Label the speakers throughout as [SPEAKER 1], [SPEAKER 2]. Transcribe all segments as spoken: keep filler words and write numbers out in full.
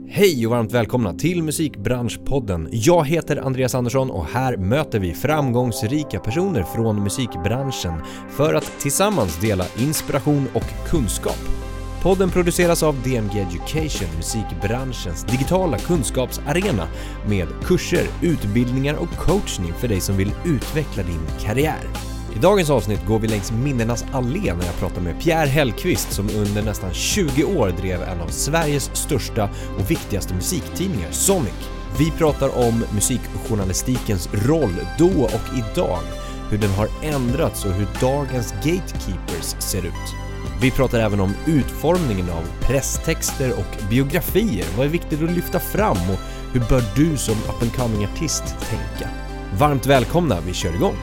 [SPEAKER 1] Hej och varmt välkomna till Musikbranschpodden. Jag heter Andreas Andersson och här möter vi framgångsrika personer från musikbranschen för att tillsammans dela inspiration och kunskap. Podden produceras av D M G Education, musikbranschens digitala kunskapsarena med kurser, utbildningar och coachning för dig som vill utveckla din karriär. I dagens avsnitt går vi längs minnenas allé när jag pratar med Pierre Hellqvist som under nästan tjugo år drev en av Sveriges största och viktigaste musiktidningar, Sonic. Vi pratar om musikjournalistikens roll då och idag, hur den har ändrats och hur dagens gatekeepers ser ut. Vi pratar även om utformningen av presstexter och biografier. Vad är viktigt att lyfta fram och hur bör du som up and coming artist tänka? Varmt välkomna, vi kör igång!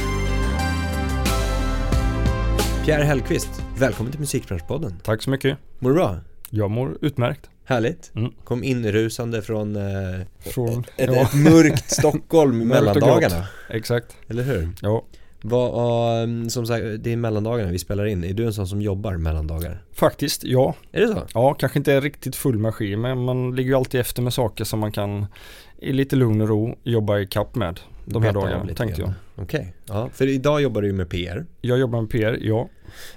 [SPEAKER 1] Pierre Hellqvist, välkommen till Musikbranschpodden.
[SPEAKER 2] Tack så mycket.
[SPEAKER 1] Mår du bra?
[SPEAKER 2] Jag mår utmärkt.
[SPEAKER 1] Härligt.
[SPEAKER 2] Mm.
[SPEAKER 1] Kom inrusande från, eh,
[SPEAKER 2] från
[SPEAKER 1] ett,
[SPEAKER 2] ja.
[SPEAKER 1] ett mörkt Stockholm i mellandagarna.
[SPEAKER 2] Exakt.
[SPEAKER 1] Eller hur?
[SPEAKER 2] Ja.
[SPEAKER 1] Vad, som sagt, det är mellandagarna vi spelar in. Är du en sån som jobbar mellandagar?
[SPEAKER 2] Faktiskt, ja.
[SPEAKER 1] Är det så?
[SPEAKER 2] Ja, kanske inte riktigt full maskin, men man ligger ju alltid efter med saker som man kan i lite lugn och ro jobba i kapp med de här
[SPEAKER 1] Beta
[SPEAKER 2] dagarna, tänkte jag.
[SPEAKER 1] Okej, okay. Ja, för idag jobbar du med P R.
[SPEAKER 2] Jag jobbar med P R, ja.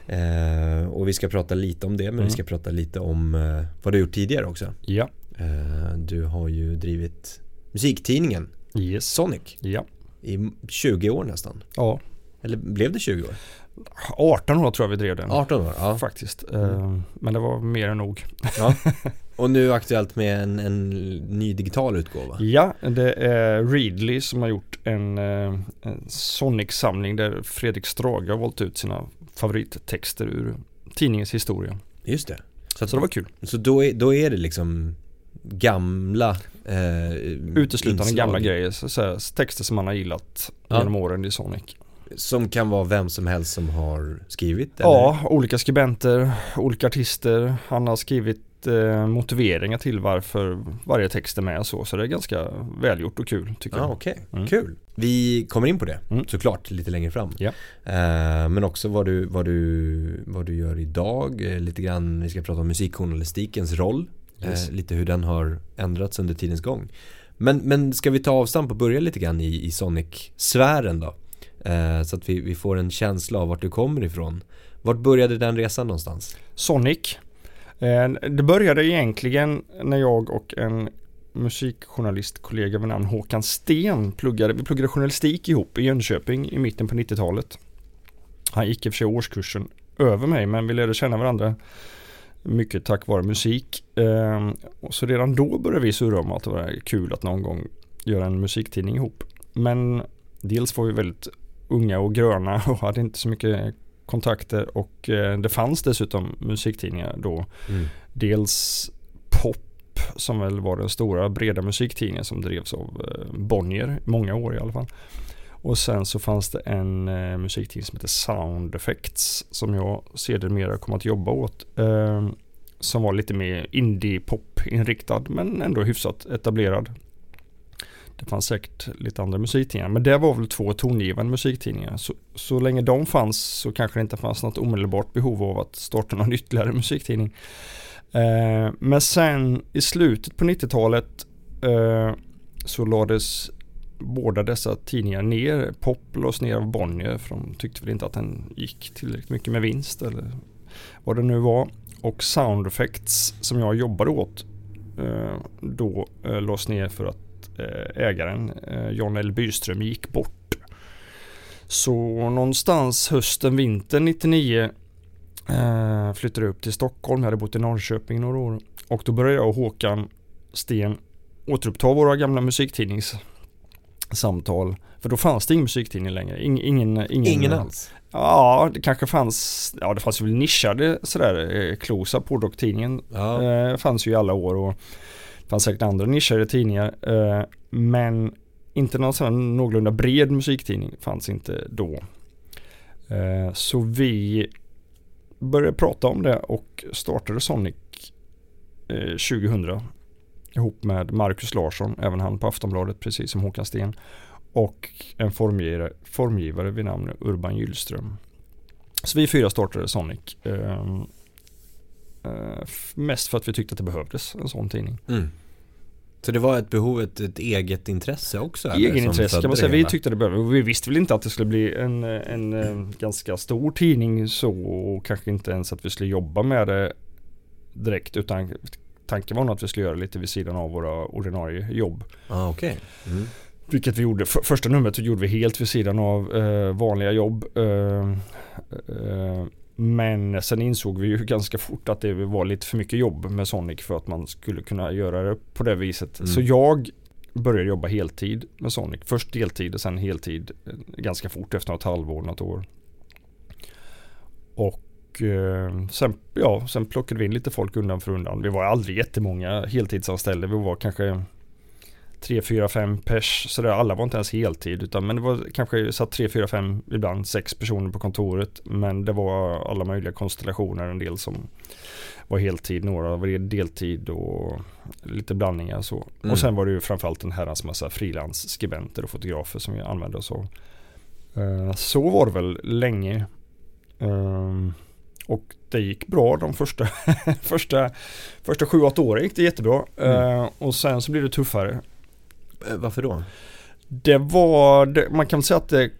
[SPEAKER 1] Eh, och vi ska prata lite om det, men mm. vi ska prata lite om eh, vad du gjort tidigare också.
[SPEAKER 2] Ja.
[SPEAKER 1] Eh, du har ju drivit musiktidningen
[SPEAKER 2] yes.
[SPEAKER 1] Sonic.
[SPEAKER 2] Ja.
[SPEAKER 1] I tjugo år nästan.
[SPEAKER 2] Ja.
[SPEAKER 1] Eller blev det tjugo år?
[SPEAKER 2] arton år tror jag vi drev den.
[SPEAKER 1] arton år, ja.
[SPEAKER 2] Faktiskt. Mm. Men det var mer än nog.
[SPEAKER 1] Ja. Och nu aktuellt med en, en ny digital utgåva.
[SPEAKER 2] Ja, det är Readly som har gjort en, en Sonic-samling där Fredrik Strage har valt ut sina favorittexter ur tidningens historia.
[SPEAKER 1] Just det. Så,
[SPEAKER 2] så det var kul.
[SPEAKER 1] Så då är, då är det liksom gamla eh,
[SPEAKER 2] uteslutande inslag. Gamla grejer, så, så, texter som man har gillat ja. genom åren i Sonic.
[SPEAKER 1] Som kan vara vem som helst som har skrivit? Eller?
[SPEAKER 2] Ja, olika skribenter, olika artister. Han har skrivit eh, motiveringar till varför varje text är med och så. Så det är ganska välgjort och kul, tycker
[SPEAKER 1] ah,
[SPEAKER 2] jag.
[SPEAKER 1] Okej, okay. mm. Kul. Vi kommer in på det, mm. såklart, lite längre fram.
[SPEAKER 2] Ja.
[SPEAKER 1] Eh, men också vad du, vad, du, vad du gör idag. Eh, lite grann, vi ska prata om musikjournalistikens roll.
[SPEAKER 2] Yes.
[SPEAKER 1] Eh, lite hur den har ändrats under tidens gång. Men, men ska vi ta avstamp och börja lite grann i, i Sonic-sfären då? Eh, så att vi, vi får en känsla av vart du kommer ifrån. Vart började den resan någonstans?
[SPEAKER 2] Sonic. Eh, det började egentligen när jag och en musikjournalistkollega vid namn Håkan Sten pluggade. Vi pluggade journalistik ihop i Jönköping i mitten på nittiotalet. Han gick i och för sig årskursen över mig, men vi lärde känna varandra mycket tack vare musik. Eh, och så redan då började vi surra om att det var kul att någon gång göra en musiktidning ihop. Men dels var vi väldigt unga och gröna och hade inte så mycket kontakter, och eh, det fanns dessutom musiktidningar då. Mm. Dels Pop, som väl var den stora breda musiktidningen som drevs av eh, Bonnier, många år i alla fall. Och sen så fanns det en eh, musiktidning som heter Sound Effects som jag sedermera kom att jobba åt, eh, som var lite mer indie-pop-inriktad men ändå hyfsat etablerad. Det fanns säkert lite andra musiktidningar, men det var väl två tongivande musiktidningar. Så, så länge de fanns så kanske det inte fanns något omedelbart behov av att starta någon ytterligare musiktidning. Eh, men sen i slutet på nittiotalet eh, så lades båda dessa tidningar ner. Pop lades ner av Bonnier, för de tyckte väl inte att den gick tillräckligt mycket med vinst eller vad det nu var. Och Sound Effects som jag jobbade åt eh, då eh, lades ner för att ägaren John L. Byström gick bort. Så någonstans hösten, vintern nittionio eh, flyttade jag upp till Stockholm. Jag hade bott i Norrköping några år. Och då började jag och Håkan Sten återuppta våra gamla musiktidningssamtal. För då fanns det ingen musiktidning längre. Ingen, ingen, ingen,
[SPEAKER 1] ingen alls?
[SPEAKER 2] Ja, det kanske fanns, ja det fanns väl nischade sådär, Klosa, Pordok-tidningen
[SPEAKER 1] ja.
[SPEAKER 2] eh, fanns ju i alla år, och det fanns säkert andra nischade tidningar, eh, men inte någon sån någorlunda bred musiktidning fanns inte då. Eh, så vi började prata om det och startade Sonic eh, tjugohundra ihop med Marcus Larsson, även han på Aftonbladet, precis som Håkan Sten, och en formgivare, formgivare vid namn Urban Gyllström. Så vi fyra startade Sonic. Eh, Uh, mest för att vi tyckte att det behövdes en sån tidning.
[SPEAKER 1] Mm. Så det var ett behov, ett, ett eget intresse också?
[SPEAKER 2] Egen intresse kan man säga. Vi tyckte det behövdes. Vi visste väl inte att det skulle bli en, en, en ganska stor tidning så, och kanske inte ens att vi skulle jobba med det direkt, utan tanken var nog att vi skulle göra lite vid sidan av våra ordinarie jobb.
[SPEAKER 1] Ah, okej. Okay. Mm.
[SPEAKER 2] Vilket vi gjorde. För, första numret gjorde vi helt vid sidan av eh, vanliga jobb. Eh, eh, men sen insåg vi ju ganska fort att det var lite för mycket jobb med Sonic för att man skulle kunna göra det på det viset. Mm. Så jag började jobba heltid med Sonic. Först deltid och sen heltid eh, ganska fort efter något halvår, något år. Och eh, sen, ja, sen plockade vi in lite folk undan för undan. Vi var aldrig jättemånga heltidsanställda. Vi var kanske tre, fyra, fem pers, så där, alla var inte ens heltid, utan, men det var kanske satt tre, fyra, fem, ibland sex personer på kontoret, men det var alla möjliga konstellationer, en del som var heltid, några var deltid och lite blandningar så. Mm. Och sen var det ju framförallt en herrans massa frilansskribenter och fotografer som vi använde oss av. Uh, så var det väl länge. Uh, och det gick bra de första första, första sju, åtta åren gick det jättebra. Mm. Uh, och sen så blev det tuffare.
[SPEAKER 1] Varför då?
[SPEAKER 2] Det var, det, man kan säga att det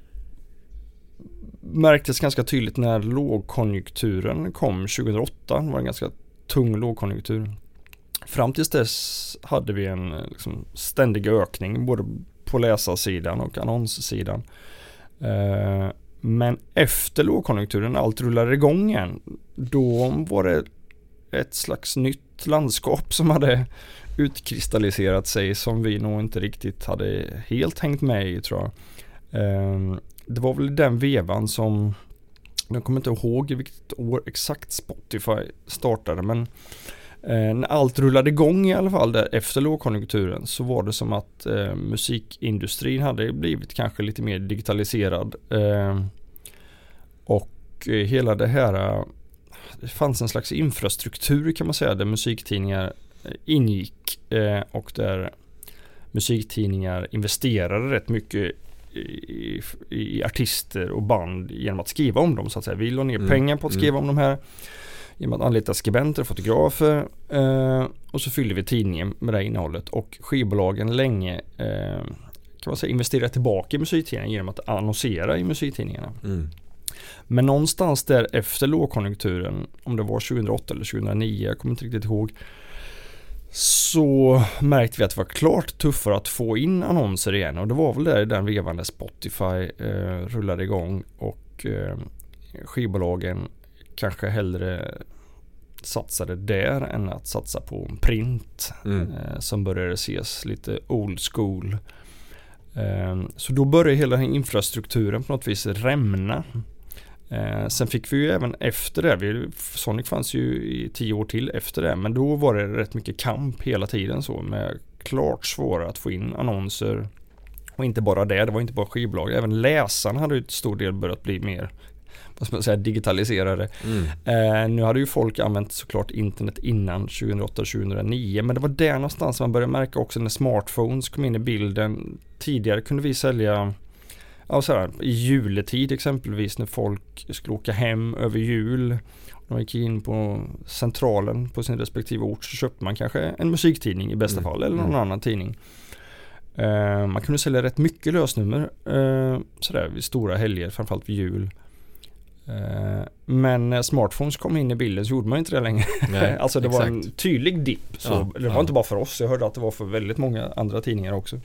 [SPEAKER 2] märktes ganska tydligt när lågkonjunkturen kom tjugohundraåtta. Det var en ganska tung lågkonjunktur. Fram tills dess hade vi en liksom, ständig ökning både på läsarsidan och annonssidan. Uh, men efter lågkonjunkturen, allt rullade igång igen, då var det ett slags nytt landskap som hade utkristalliserat sig som vi nog inte riktigt hade helt hängt med i, tror jag. Um, det var väl den vevan som, jag kommer inte ihåg i vilket år exakt Spotify startade, men eh, när allt rullade igång i alla fall där efter lågkonjunkturen, så var det som att eh, musikindustrin hade blivit kanske lite mer digitaliserad. Eh, och eh, hela det här, det fanns en slags infrastruktur kan man säga, där musiktidningar ingick eh, och där musiktidningar investerade rätt mycket i, i artister och band genom att skriva om dem, så att säga. Vi la ner mm. pengar på att skriva mm. om de här genom att anlita skribenter och fotografer, eh, och så fyllde vi tidningen med det här innehållet, och skivbolagen länge eh, kan man säga investerade tillbaka i musiktidningarna genom att annonsera i musiktidningarna. Mm. Men någonstans där efter lågkonjunkturen, om det var tjugohundraåtta eller tjugohundranio, jag kommer inte riktigt ihåg, så märkte vi att det var klart tuffare att få in annonser igen, och det var väl där i den vevan Spotify eh, rullade igång, och eh, skivbolagen kanske hellre satsade där än att satsa på print mm. eh, som började ses lite old school. Eh, så då började hela infrastrukturen på något vis rämna. Eh, sen fick vi ju även efter det, vi, Sonic fanns ju i tio år till efter det, men då var det rätt mycket kamp hela tiden så, med klart svårare att få in annonser, och inte bara det, det var inte bara skivbolag, även läsarna hade ju ett stor del börjat bli mer, vad ska man säga, digitaliserade. Mm. Eh, nu hade ju folk använt såklart internet innan tjugohundraåtta tjugohundranio, men det var där någonstans man började märka också när smartphones kom in i bilden. Tidigare kunde vi sälja, ja, så här, i juletid exempelvis, när folk skulle åka hem över jul, de gick in på centralen på sin respektive ort, så köpte man kanske en musiktidning i bästa mm. fall, eller någon mm. annan tidning. Uh, man kunde sälja rätt mycket lösnummer uh, sådär vid stora helger, framförallt vid jul. Uh, men när smartphones kom in i bilden så gjorde man inte det längre. Nej, alltså det exakt. Var en tydlig dipp. Så ja, det var ja. inte bara för oss, jag hörde att det var för väldigt många andra tidningar också.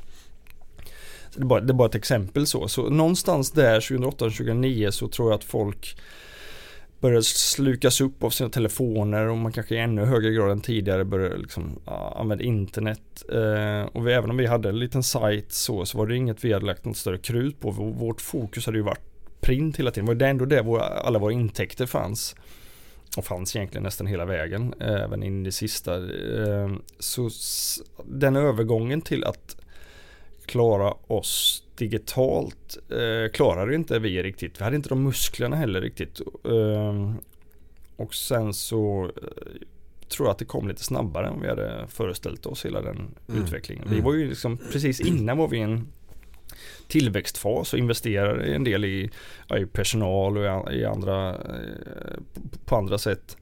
[SPEAKER 2] Så det är bara, det är bara ett exempel så. Så någonstans där tjugohundraåtta tjugohundranio så tror jag att folk började slukas upp av sina telefoner, och man kanske i ännu högre grad än tidigare började liksom, ja, använda internet. Eh, och vi, även om vi hade en liten sajt så, så var det inget vi hade lagt något större krut på. Vårt fokus hade ju varit print hela tiden. Det var det ändå där våra, alla våra intäkter fanns. Och fanns egentligen nästan hela vägen, även in i det sista. Eh, så s- den övergången till att klara oss digitalt eh, klarade inte vi riktigt. Vi hade inte de musklerna heller riktigt. Eh, och sen så eh, tror jag att det kom lite snabbare än vi hade föreställt oss, hela den mm. utvecklingen. Vi var ju liksom, precis innan var vi i en tillväxtfas och investerade en del i, ja, i personal och i, i andra, eh, på andra sätt.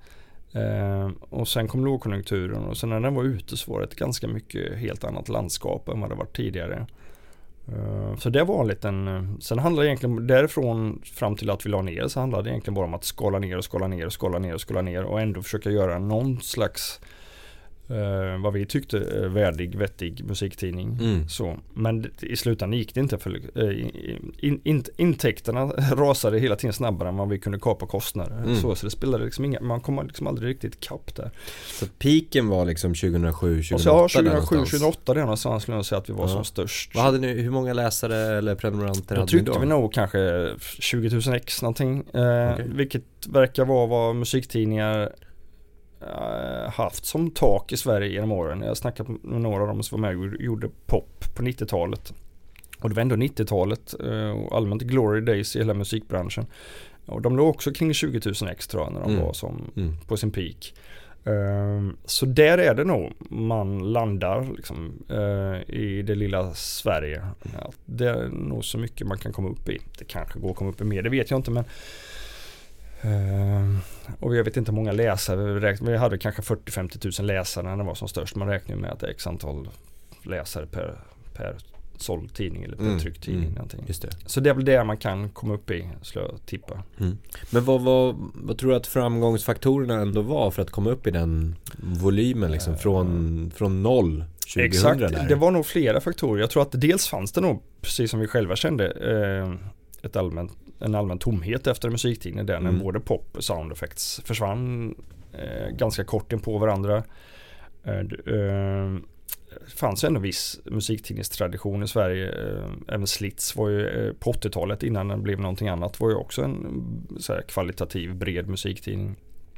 [SPEAKER 2] Eh, och sen kom lågkonjunkturen och sen när den var ute så var det ett ganska mycket helt annat landskap än vad det var tidigare. Uh, så det var en liten, sen handlade det egentligen därifrån fram till att vi la ner så handlade det egentligen bara om att skala ner och skala ner och skala ner och skala ner och ändå försöka göra någon slags uh, vad vi tyckte uh, värdig, vettig musiktidning. Mm. Så, men i slutändan gick det inte för uh, in, in, intäkterna rasade hela tiden snabbare än vad vi kunde kapa kostnader. Mm. Så, så det spelade liksom inga, man kom liksom aldrig riktigt kapp där.
[SPEAKER 1] Så piken var liksom tjugohundrasju tjugohundraåtta?
[SPEAKER 2] Ja, tjugohundrasju tjugohundraåtta det någonstans skulle jag säga att vi var ja. som störst.
[SPEAKER 1] Vad hade ni, hur många läsare eller prenumeranter
[SPEAKER 2] då
[SPEAKER 1] hade ni då?
[SPEAKER 2] Då tryckte vi nog kanske tjugo tusen ex någonting. Eh, okay. Vilket verkar vara vad musiktidningar eh, haft som tak i Sverige genom åren. Jag har snackat med några av dem som var med och gjorde pop på nittiotalet. Och det var ändå nittiotalet eh, och allmänt glory days i hela musikbranschen. Och de låg också kring tjugo tusen ex tror jag när de mm. var som, mm. på sin peak. Uh, så där är det nog man landar liksom, uh, i det lilla Sverige. Ja, det är nog så mycket man kan komma upp i. Det kanske går att komma upp i mer, det vet jag inte, men uh, och jag vet inte hur många läsare vi, räkn- vi hade kanske fyrtio till femtio tusen läsare när det var som störst. Man räknar med att det är x antal läsare per, per såld tidning eller per mm, tryckt tidning mm, någonting. Just det. Så det är väl det man kan komma upp i, skulle jag tippa.
[SPEAKER 1] Mm. Men vad, vad, vad tror du att framgångsfaktorerna ändå var för att komma upp i den volymen liksom, från, från noll tjugohundra?
[SPEAKER 2] Exakt,
[SPEAKER 1] där?
[SPEAKER 2] Det var nog flera faktorer. Jag tror att dels fanns det nog, precis som vi själva kände, eh, ett allmänt, en allmän tomhet efter musiktidningen där mm. när både pop och sound effects försvann eh, ganska kort in på varandra. Eh, eh, Det fanns ändå viss musiktidningstradition i Sverige. Även Slits var ju på åttiotalet innan den blev någonting annat var ju också en så här kvalitativ bred musiktidning.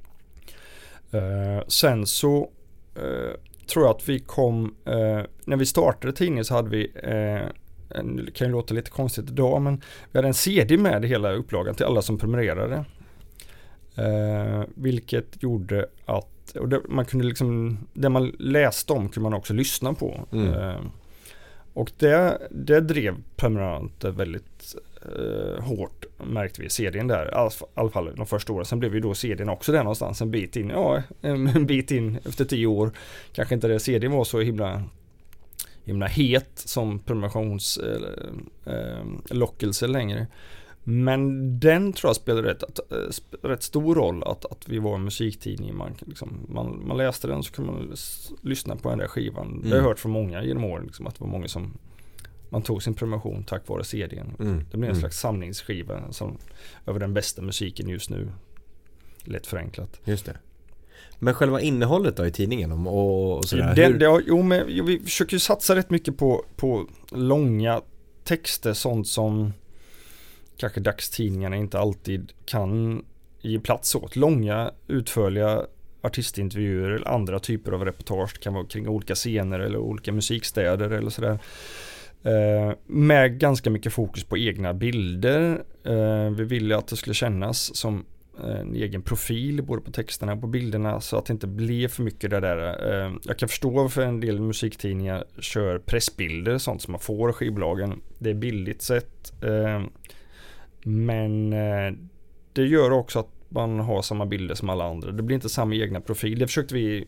[SPEAKER 2] Uh, sen så uh, tror jag att vi kom uh, när vi startade tidningen så hade vi uh, en, det kan ju låta lite konstigt idag, men vi hade en C D med i hela upplagan till alla som prenumererade. Uh, vilket gjorde att och det, man kunde liksom, det man läste om kunde man också lyssna på. Mm. Uh, och det, det drev prenumeranter väldigt uh, hårt, märkte vi. C D:n där, i alla, alla fall de första åren. Sen blev ju då C D:n också där någonstans en bit in. Ja, en bit in efter tio år. Kanske inte det C D:n var så himla himla het som prenumerationslockelse uh, uh, längre. Men den tror jag spelade rätt, att, rätt stor roll att, att vi var en musiktidning. Man, liksom, man, man läste den så kunde man s- lyssna på den där skivan. Mm. Det har jag hört från många genom åren liksom, att det var många som man tog sin prenumeration tack vare C D:n. Mm. Det blev en mm. slags samlingsskiva som, över den bästa musiken just nu. Lätt förenklat.
[SPEAKER 1] Just det. Men själva innehållet då i tidningen och, och sådär?
[SPEAKER 2] Det, det, jo, men, jo, vi försöker ju satsa rätt mycket på, på långa texter, sånt som kanske dagstidningarna inte alltid kan ge plats åt. Långa, utförliga artistintervjuer eller andra typer av reportage. Det kan vara kring olika scener eller olika musikstäder eller sådär. Eh, med ganska mycket fokus på egna bilder. Eh, vi ville att det skulle kännas som en egen profil både på texterna och på bilderna så att det inte blir för mycket det där. Eh, jag kan förstå varför en del musiktidningar kör pressbilder, sånt som man får i skivbolagen. Det är billigt sätt. Eh, Men eh, det gör också att man har samma bilder som alla andra. Det blir inte samma egna profil. Det försökte vi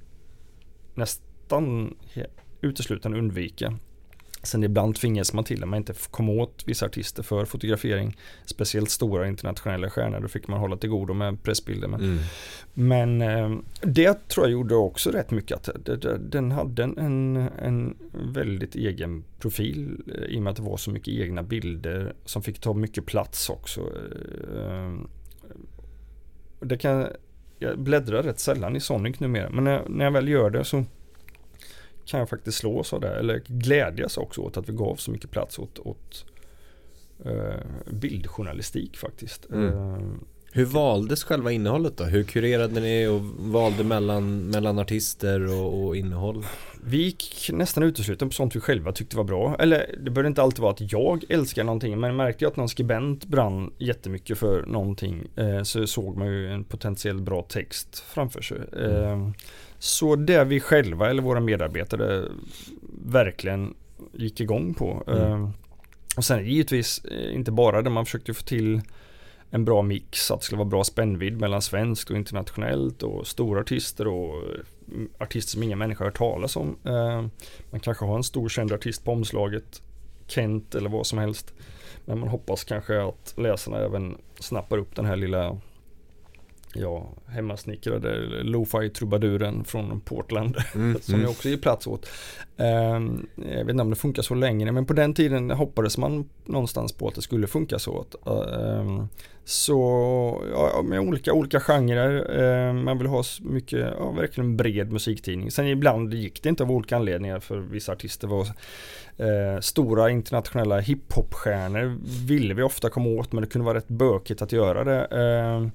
[SPEAKER 2] nästan uteslutande undvika. Sen ibland tvingas man till att man inte komma åt vissa artister för fotografering. Speciellt stora internationella stjärnor. Då fick man hålla till godo med pressbilder. Men, mm. men eh, det tror jag gjorde också rätt mycket. Att det, det, den hade en, en väldigt egen profil. I och med att det var så mycket egna bilder. Som fick ta mycket plats också. Eh, det kan, jag bläddrar rätt sällan i Sonic numera. Men när, när jag väl gör det så kan jag faktiskt slås av det, eller glädjas också åt att vi gav så mycket plats åt, åt uh, bildjournalistik faktiskt. Mm. Uh,
[SPEAKER 1] Hur valdes själva innehållet då? Hur kurerade ni och valde mellan, mellan artister och, och innehåll?
[SPEAKER 2] Vi gick nästan uteslutande på sånt vi själva tyckte var bra. Eller det började inte alltid vara att jag älskar någonting, men märkte jag att någon skribent brann jättemycket för någonting eh, så såg man ju en potentiellt bra text framför sig. Mm. Eh, så det vi själva eller våra medarbetare verkligen gick igång på. Mm. Eh, och sen givetvis inte bara det, man försökte få till en bra mix, att det skulle vara bra spännvidd mellan svenskt och internationellt och stora artister och artister som inga människor har hört talas om. Eh, man kanske har en stor känd artist på omslaget, Kent eller vad som helst, men man hoppas kanske att läsarna även snappar upp den här lilla ja, hemmasnickrade lo-fi trubaduren från Portland mm, som mm. jag också ger plats åt. Um, jag vet inte om det funkar så länge, men på den tiden hoppades man någonstans på att det skulle funka så. Um, så ja, med olika, olika genrer. Um, man vill ha mycket, ja, verkligen bred musiktidning. Sen ibland gick det inte av olika anledningar, för vissa artister var uh, stora internationella hiphopstjärnor ville vi ofta komma åt, men det kunde vara rätt bökigt att göra det. Um,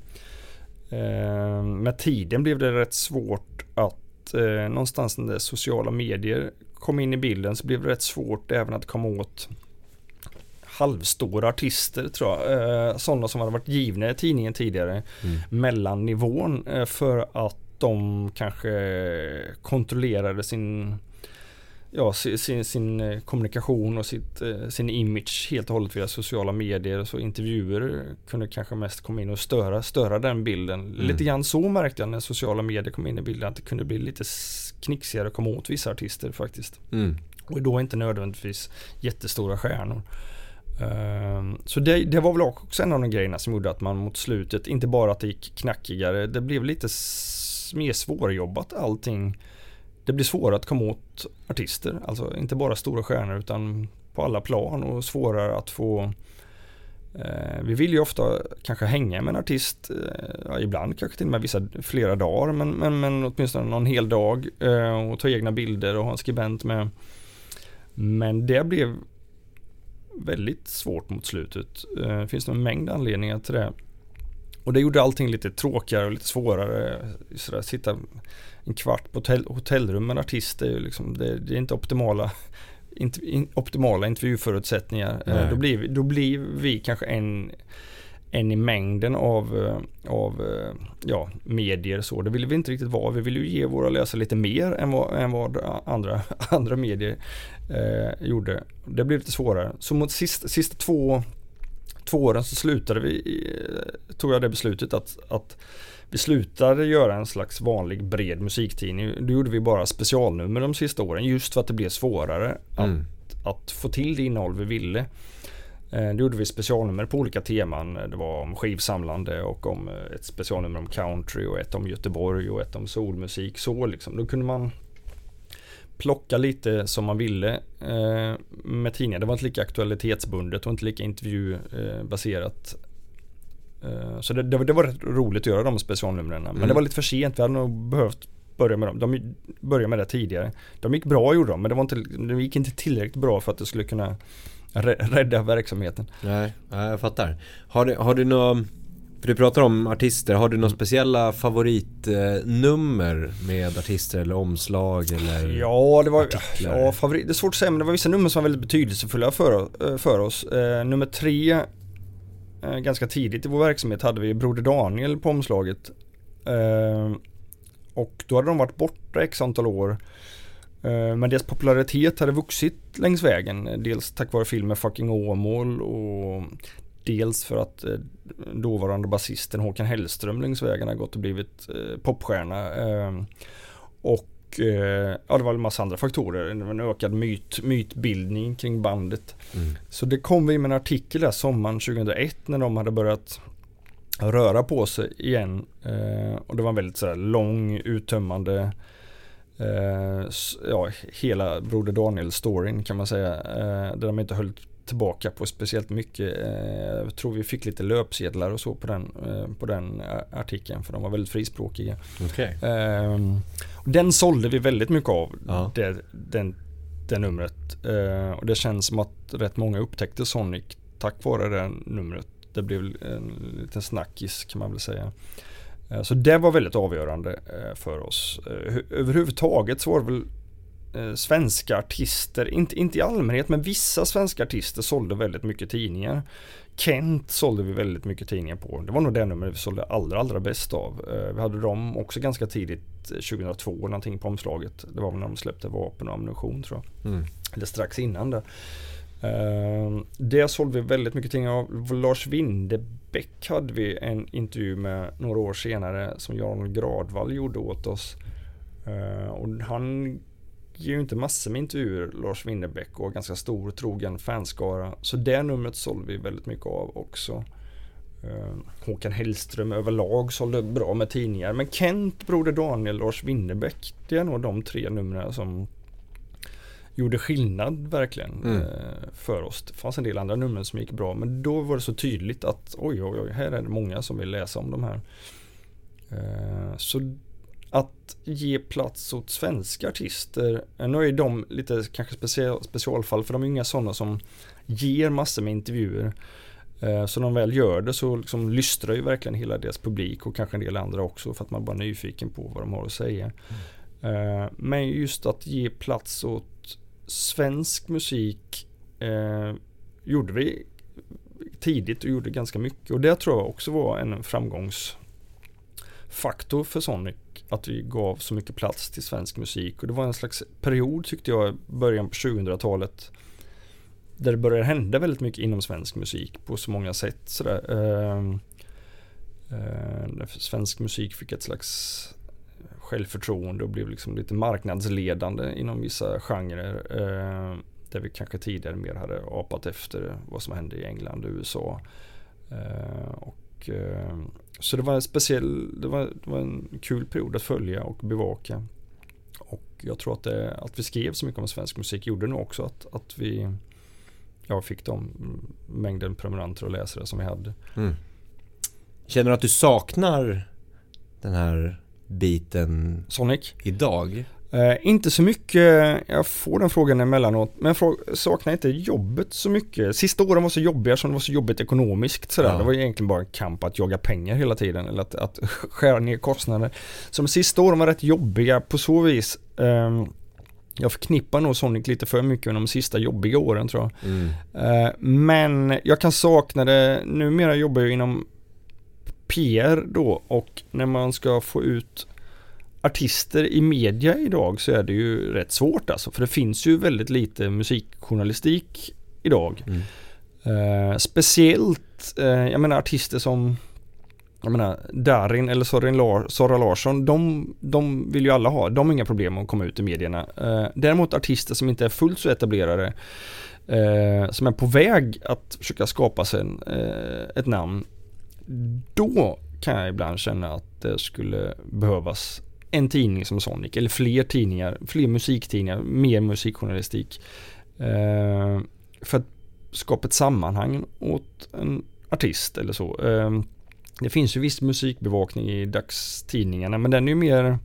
[SPEAKER 2] Uh, med tiden blev det rätt svårt att uh, någonstans när sociala medier kom in i bilden, så blev det rätt svårt även att komma åt halvstora artister, tror jag. Uh, sådana som hade varit givna i tidningen tidigare, mm. mellannivån, uh, för att de kanske kontrollerade sin ja, sin, sin kommunikation och sitt, sin image helt och hållet via sociala medier. Så intervjuer kunde kanske mest komma in och störa, störa den bilden. Mm. Lite grann så märkte jag när sociala medier kom in i bilden, att det kunde bli lite knixigare att komma åt vissa artister faktiskt. Mm. Och då inte nödvändigtvis jättestora stjärnor. Um, så det, det var väl också en av de grejerna som gjorde att man mot slutet, inte bara att det gick knackigare, det blev lite s- mer svårjobbat allting. Det blir svårare att komma åt artister, alltså inte bara stora stjärnor utan på alla plan, och svårare att få eh, vi vill ju ofta kanske hänga med en artist, eh, ja, ibland kanske till och med vissa flera dagar, men, men, men åtminstone någon hel dag, eh, och ta egna bilder och ha en skribent med. Men det blev väldigt svårt mot slutet. Eh, det finns en mängd anledningar till det. Och det gjorde allting lite tråkigare och lite svårare. Sådär, sitta en kvart på hotell, hotellrum med en artist, det är, ju liksom, det, det är inte optimala, inte, in, optimala intervjuförutsättningar. Eh, då, blir vi, då blir vi kanske en, en i mängden av, av ja, medier. Så. Det vill vi inte riktigt vara. Vi vill ju ge våra läsare lite mer än vad, än vad andra, andra medier eh, gjorde. Det blev lite svårare. Så mot sista, sista två två åren så slutade vi, tog jag det beslutet att, att vi slutade göra en slags vanlig bred musiktidning. Då gjorde vi bara specialnummer de sista åren, just för att det blev svårare mm. att, att få till det innehåll vi ville. Då gjorde vi specialnummer på olika teman. Det var om skivsamlande och om ett specialnummer om country och ett om Göteborg och ett om solmusik. Så liksom, då kunde man plocka lite som man ville eh, med tidningar. Det var inte lika aktualitetsbundet och inte lika intervjubaserat. Eh, så det, det, var, det var rätt roligt att göra de specialnumren. Mm. Men det var lite för sent. Vi hade nog behövt börja med dem. De började med det tidigare. De gick bra, gjorde de, men det, var inte, det gick inte tillräckligt bra för att det skulle kunna rädda verksamheten.
[SPEAKER 1] Nej, jag fattar. Har du, har du något... För du pratar om artister, har du några speciella favoritnummer med artister eller omslag eller
[SPEAKER 2] ja, det var ja, favorit, det är svårt att säga, men det var vissa nummer som var väldigt betydelsefulla för, för oss. Eh, nummer tre, eh, ganska tidigt i vår verksamhet hade vi Broder Daniel på omslaget. Eh, och då hade de varit borta x antal år. Eh, men deras popularitet hade vuxit längs vägen. Dels tack vare filmen Fucking Åmål och dels för att eh, dåvarande basisten Håkan Hellström längs vägen har gått och blivit eh, popstjärna. Eh, och eh, ja, det var en massa andra faktorer. En ökad myt, mytbildning kring bandet. Mm. Så det kom vi med en artikel där sommaren tjugohundraett när de hade börjat röra på sig igen. Eh, och det var en väldigt sådär lång, uttömmande eh, ja, hela Broder Daniel-storyn kan man säga. Eh, där de inte höll tillbaka på speciellt mycket. Jag tror vi fick lite löpsedlar och så på den, på den artikeln, för de var väldigt frispråkiga.
[SPEAKER 1] Okay.
[SPEAKER 2] Den sålde vi väldigt mycket av,
[SPEAKER 1] ja.
[SPEAKER 2] det, den, det numret. Och det känns som att rätt många upptäckte Sonic tack vare det numret. Det blev en liten snackis kan man väl säga. Så det var väldigt avgörande för oss. Överhuvudtaget så var det väl svenska artister, inte, inte i allmänhet, men vissa svenska artister sålde väldigt mycket tidningar. Kent sålde vi väldigt mycket tidningar på. Det var nog det nummer vi sålde allra, allra bäst av. Vi hade dem också ganska tidigt, tjugohundratvå, någonting på omslaget. Det var när de släppte Vapen och ammunition, tror jag. Mm. Eller strax innan det. Uh, det sålde vi väldigt mycket ting av. Lars Winnerbäck hade vi en intervju med några år senare som Jan Gradvall gjorde åt oss. Uh, och han ger ju inte massor med intervjuer, Lars Winnerbäck, och ganska stor trogen fanskara. Så det numret sålde vi väldigt mycket av också. Uh, Håkan Hellström överlag sålde bra med tidningar. Men Kent, Broder Daniel, Lars Winnerbäck, det är nog de tre numren som gjorde skillnad verkligen mm. eh, för oss. Det fanns en del andra nummer som gick bra, men då var det så tydligt att oj, oj, oj, här är det många som vill läsa om de här. Eh, så att ge plats åt svenska artister, eh, nu är de lite kanske special, specialfall, för de är inga sådana som ger massor med intervjuer. Eh, så när de väl gör det så liksom lystrar ju verkligen hela deras publik och kanske en del andra också, för att man bara är nyfiken på vad de har att säga. Mm. Eh, men just att ge plats åt svensk musik eh, gjorde vi tidigt och gjorde ganska mycket, och det tror jag också var en framgångsfaktor för Sonic, att vi gav så mycket plats till svensk musik. Och det var en slags period, tyckte jag, början på tjugohundratalet där det började hända väldigt mycket inom svensk musik på så många sätt sådär. Eh, eh, svensk musik fick ett slags självförtroende och blev liksom lite marknadsledande inom vissa genrer, eh, där vi kanske tidigare mer hade apat efter vad som hände i England och U S A. Eh, och, eh, så det var en speciell, det var, det var en kul period att följa och bevaka. Och jag tror att, det, att vi skrev så mycket om svensk musik gjorde nog också att, att vi ja, fick de mängden prenumeranter och läsare som vi hade.
[SPEAKER 1] Mm. Känner du att du saknar den här biten
[SPEAKER 2] Sonic
[SPEAKER 1] idag?
[SPEAKER 2] Eh, inte så mycket. Jag får den frågan emellanåt, men jag frå- saknar inte jobbet så mycket. Sista åren var så jobbiga som det var så jobbigt ekonomiskt sådär. Ja. Det var egentligen bara en kamp att jaga pengar hela tiden, eller att, att skära ner kostnader. Så de sista åren var rätt jobbiga på så vis. Eh, jag förknippar nog Sonic lite för mycket med de sista jobbiga åren, tror jag.
[SPEAKER 1] Mm.
[SPEAKER 2] Eh, men jag kan sakna det. Numera jobbar jag inom P R då, och när man ska få ut artister i media idag så är det ju rätt svårt alltså, för det finns ju väldigt lite musikjournalistik idag.
[SPEAKER 1] Mm.
[SPEAKER 2] Eh, speciellt eh, jag menar artister som jag menar Darin eller Sara, Lar- Sara Larsson, de, de vill ju alla ha, de har inga problem att komma ut i medierna. Eh, däremot artister som inte är fullt så etablerade, eh, som är på väg att försöka skapa sig en, eh, ett namn, då kan jag ibland känna att det skulle behövas en tidning som Sonic, eller fler tidningar, fler musiktidningar, mer musikjournalistik, eh, för att skapa ett sammanhang åt en artist eller så. Eh, det finns ju viss musikbevakning i dagstidningarna, men den är ju mer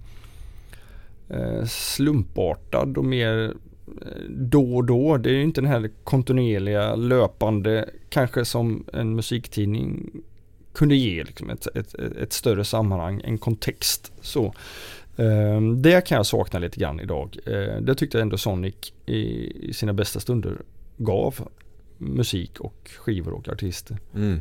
[SPEAKER 2] eh, slumpartad och mer då och då. Det är ju inte den här kontinuerliga löpande kanske som en musiktidning kunde ge liksom ett, ett, ett större sammanhang, en kontext. Så eh, det kan jag sakna lite grann idag. Eh, det tyckte jag ändå Sonic i, i sina bästa stunder gav musik och skivor och artister.
[SPEAKER 1] Mm.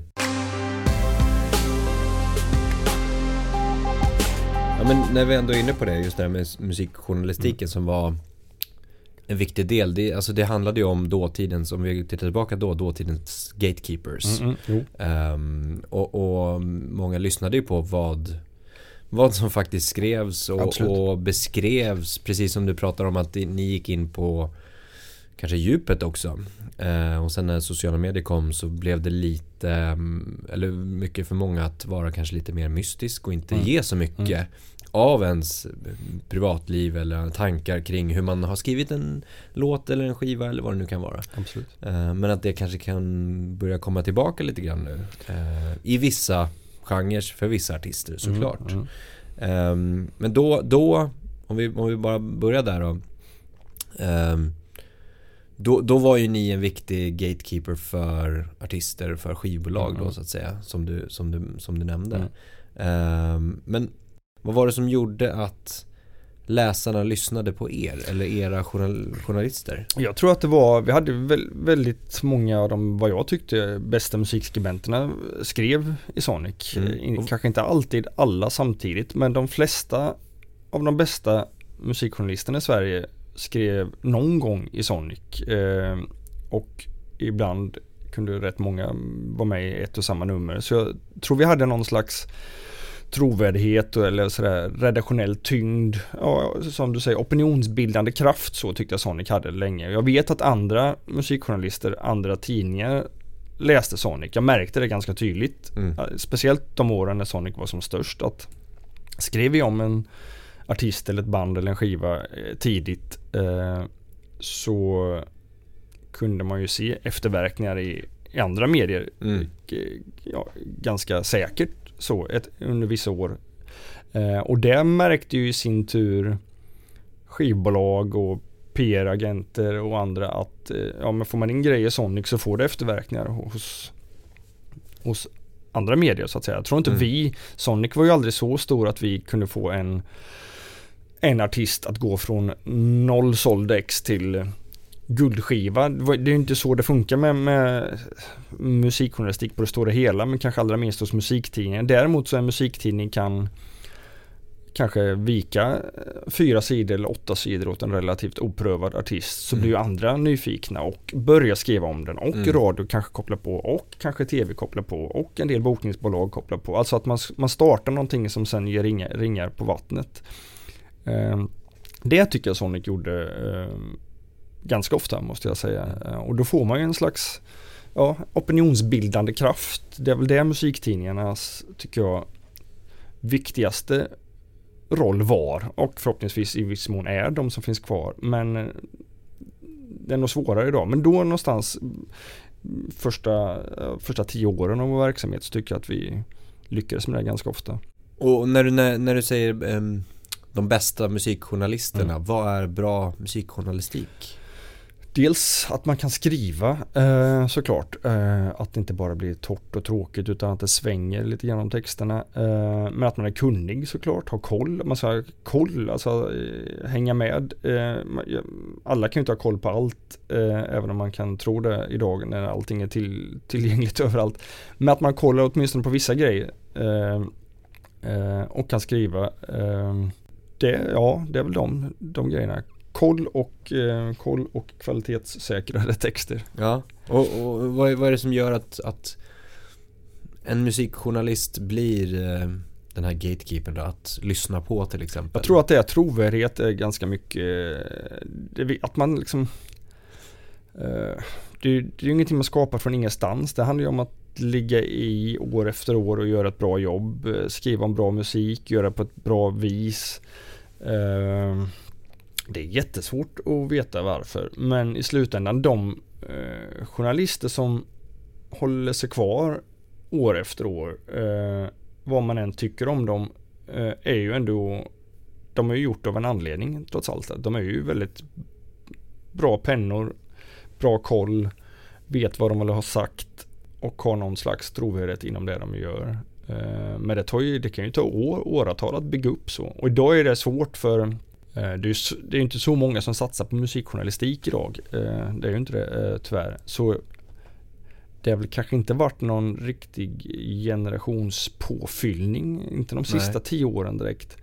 [SPEAKER 1] Ja, men när vi ändå är inne på det, just det här med musikjournalistiken mm. som var en viktig del. Det, alltså det handlade ju om dåtidens, om vi tittar tillbaka då, dåtidens gatekeepers.
[SPEAKER 2] Mm, mm,
[SPEAKER 1] um, och, och många lyssnade ju på vad, vad som faktiskt skrevs och, och beskrevs, precis som du pratar om att ni gick in på kanske djupet också. Uh, och sen när sociala medier kom så blev det lite, um, eller mycket för många att vara kanske lite mer mystisk och inte mm. ge så mycket mm. av ens privatliv eller tankar kring hur man har skrivit en låt eller en skiva eller vad det nu kan vara.
[SPEAKER 2] Absolut.
[SPEAKER 1] Uh, men att det kanske kan börja komma tillbaka lite grann nu. Uh, I vissa genrer för vissa artister såklart. Mm, mm. Um, men då, då om, vi, om vi bara börjar där då, um, då. Då var ju ni en viktig gatekeeper för artister, för skivbolag mm, då så att säga, som du, som du, som du nämnde. Mm. Um, men vad var det som gjorde att läsarna lyssnade på er eller era journal- journalister?
[SPEAKER 2] Jag tror att det var, vi hade väl, väldigt många av de, vad jag tyckte, bästa musikskribenterna skrev i Sonic. Mm. Kanske inte alltid alla samtidigt, men de flesta av de bästa musikjournalisterna i Sverige skrev någon gång i Sonic. Eh, och ibland kunde rätt många vara med i ett och samma nummer. Så jag tror vi hade någon slags trovärdighet eller sådär redaktionell tyngd, ja, som du säger, opinionsbildande kraft, så tyckte jag Sonic hade länge. Jag vet att andra musikjournalister, andra tidningar läste Sonic. Jag märkte det ganska tydligt, mm. speciellt de åren när Sonic var som störst, att skrev vi om en artist eller ett band eller en skiva tidigt eh, så kunde man ju se efterverkningar i, i andra medier mm. ja, ganska säkert så ett, under vissa år. Eh, och det märkte ju i sin tur skivbolag och P R-agenter och andra att eh, ja, men får man in grejer Sonic så får det efterverkningar hos, hos andra medier så att säga. Jag tror inte mm. vi, Sonic var ju aldrig så stor att vi kunde få en en artist att gå från noll såld ex till guldskiva. Det är ju inte så det funkar med, med musikjournalistik på det stora hela, men kanske allra minst hos musiktidningen. Däremot så en musiktidning kan kanske vika fyra sidor eller åtta sidor åt en relativt oprövad artist, så mm. blir ju andra nyfikna och börjar skriva om den, och mm. radio kanske kopplar på, och kanske tv kopplar på, och en del bokningsbolag kopplar på. Alltså att man, man startar någonting som sen ger ringar, ringar på vattnet. Uh, det tycker jag Sonic gjorde uh, ganska ofta, måste jag säga. Uh, och då får man ju en slags ja, opinionsbildande kraft. Det är väl det musiktidningarnas, tycker jag, viktigaste roll var, och förhoppningsvis i viss mån är de som finns kvar. Men uh, det är nog svårare idag. Men då någonstans första, uh, första tio åren av vår verksamhet så tycker jag att vi lyckades med det ganska ofta.
[SPEAKER 1] Och när du, när, när du säger um de bästa musikjournalisterna, mm. vad är bra musikjournalistik?
[SPEAKER 2] Dels att man kan skriva eh, såklart, eh, att det inte bara blir torrt och tråkigt utan att det svänger lite grann om texterna, eh, men att man är kunnig såklart, har koll, man ska ha koll, alltså eh, hänga med. Eh, alla kan ju inte ha koll på allt, eh, även om man kan tro det idag när allting är till, tillgängligt överallt, men att man kollar åtminstone på vissa grejer eh, eh, och kan skriva. Eh, Det, ja, det är väl de, de grejerna. Koll och, eh, koll och kvalitetssäkrade texter.
[SPEAKER 1] Ja, och, och vad, är, vad är det som gör att, att en musikjournalist blir eh, den här gatekeepern då, att lyssna på till exempel?
[SPEAKER 2] Jag tror att det är trovärdighet är ganska mycket, det, att man liksom eh, det, det är ju ingenting man skapar från ingenstans. Det handlar ju om att ligga i år efter år och göra ett bra jobb, skriva om bra musik, göra på ett bra vis. Uh, det är jättesvårt att veta varför, men i slutändan de uh, journalister som håller sig kvar år efter år, uh, vad man än tycker om dem, uh, är ju ändå, de är ju gjort av en anledning trots allt. De är ju väldigt bra pennor, bra koll, vet vad de vill ha sagt och har någon slags trovärdighet inom det de gör. Uh, men det, tar ju, det kan ju ta år, åratal att bygga upp så. Och idag är det svårt för uh, det är ju inte så många som satsar på musikjournalistik idag. Uh, det är ju inte det uh, tyvärr. Så det har väl kanske inte varit någon riktig generationspåfyllning, inte de sista Nej. tio åren direkt.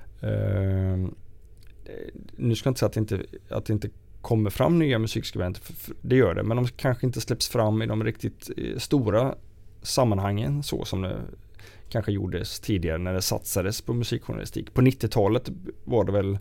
[SPEAKER 2] Uh, nu ska jag inte säga att det inte, att det inte kommer fram nya musikskribenter, det gör det, men de kanske inte släpps fram i de riktigt stora sammanhangen så som det kanske gjordes tidigare när det satsades på musikjournalistik. På nittiotalet var det väl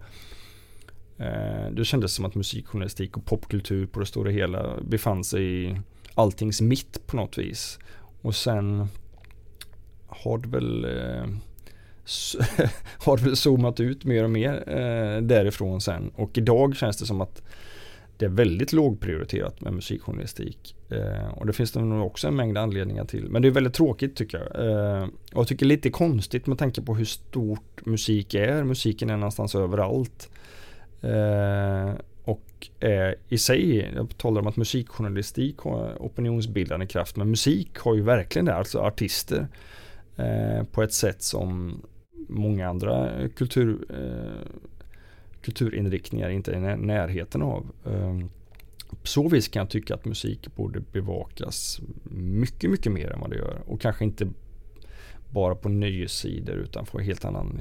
[SPEAKER 2] eh, det kändes som att musikjournalistik och popkultur på det stora hela befann sig i alltings mitt på något vis. Och sen har det väl eh, har det väl zoomat ut mer och mer eh, därifrån sen. Och idag känns det som att det är väldigt lågprioriterat med musikjournalistik. Eh, och det finns det nog också en mängd anledningar till. Men det är väldigt tråkigt tycker jag. Eh, och jag tycker lite konstigt med tanke på hur stort musik är. Musiken är någonstans överallt. Eh, och eh, i sig, jag talar om att musikjournalistik har opinionsbildande kraft. Men musik har ju verkligen det, alltså artister. Eh, på ett sätt som många andra kultur... Eh, kulturinriktningar inte är i närheten av. På så vis kan jag tycka att musik borde bevakas mycket, mycket mer än vad det gör. Och kanske inte bara på nöjessidor utan få helt annan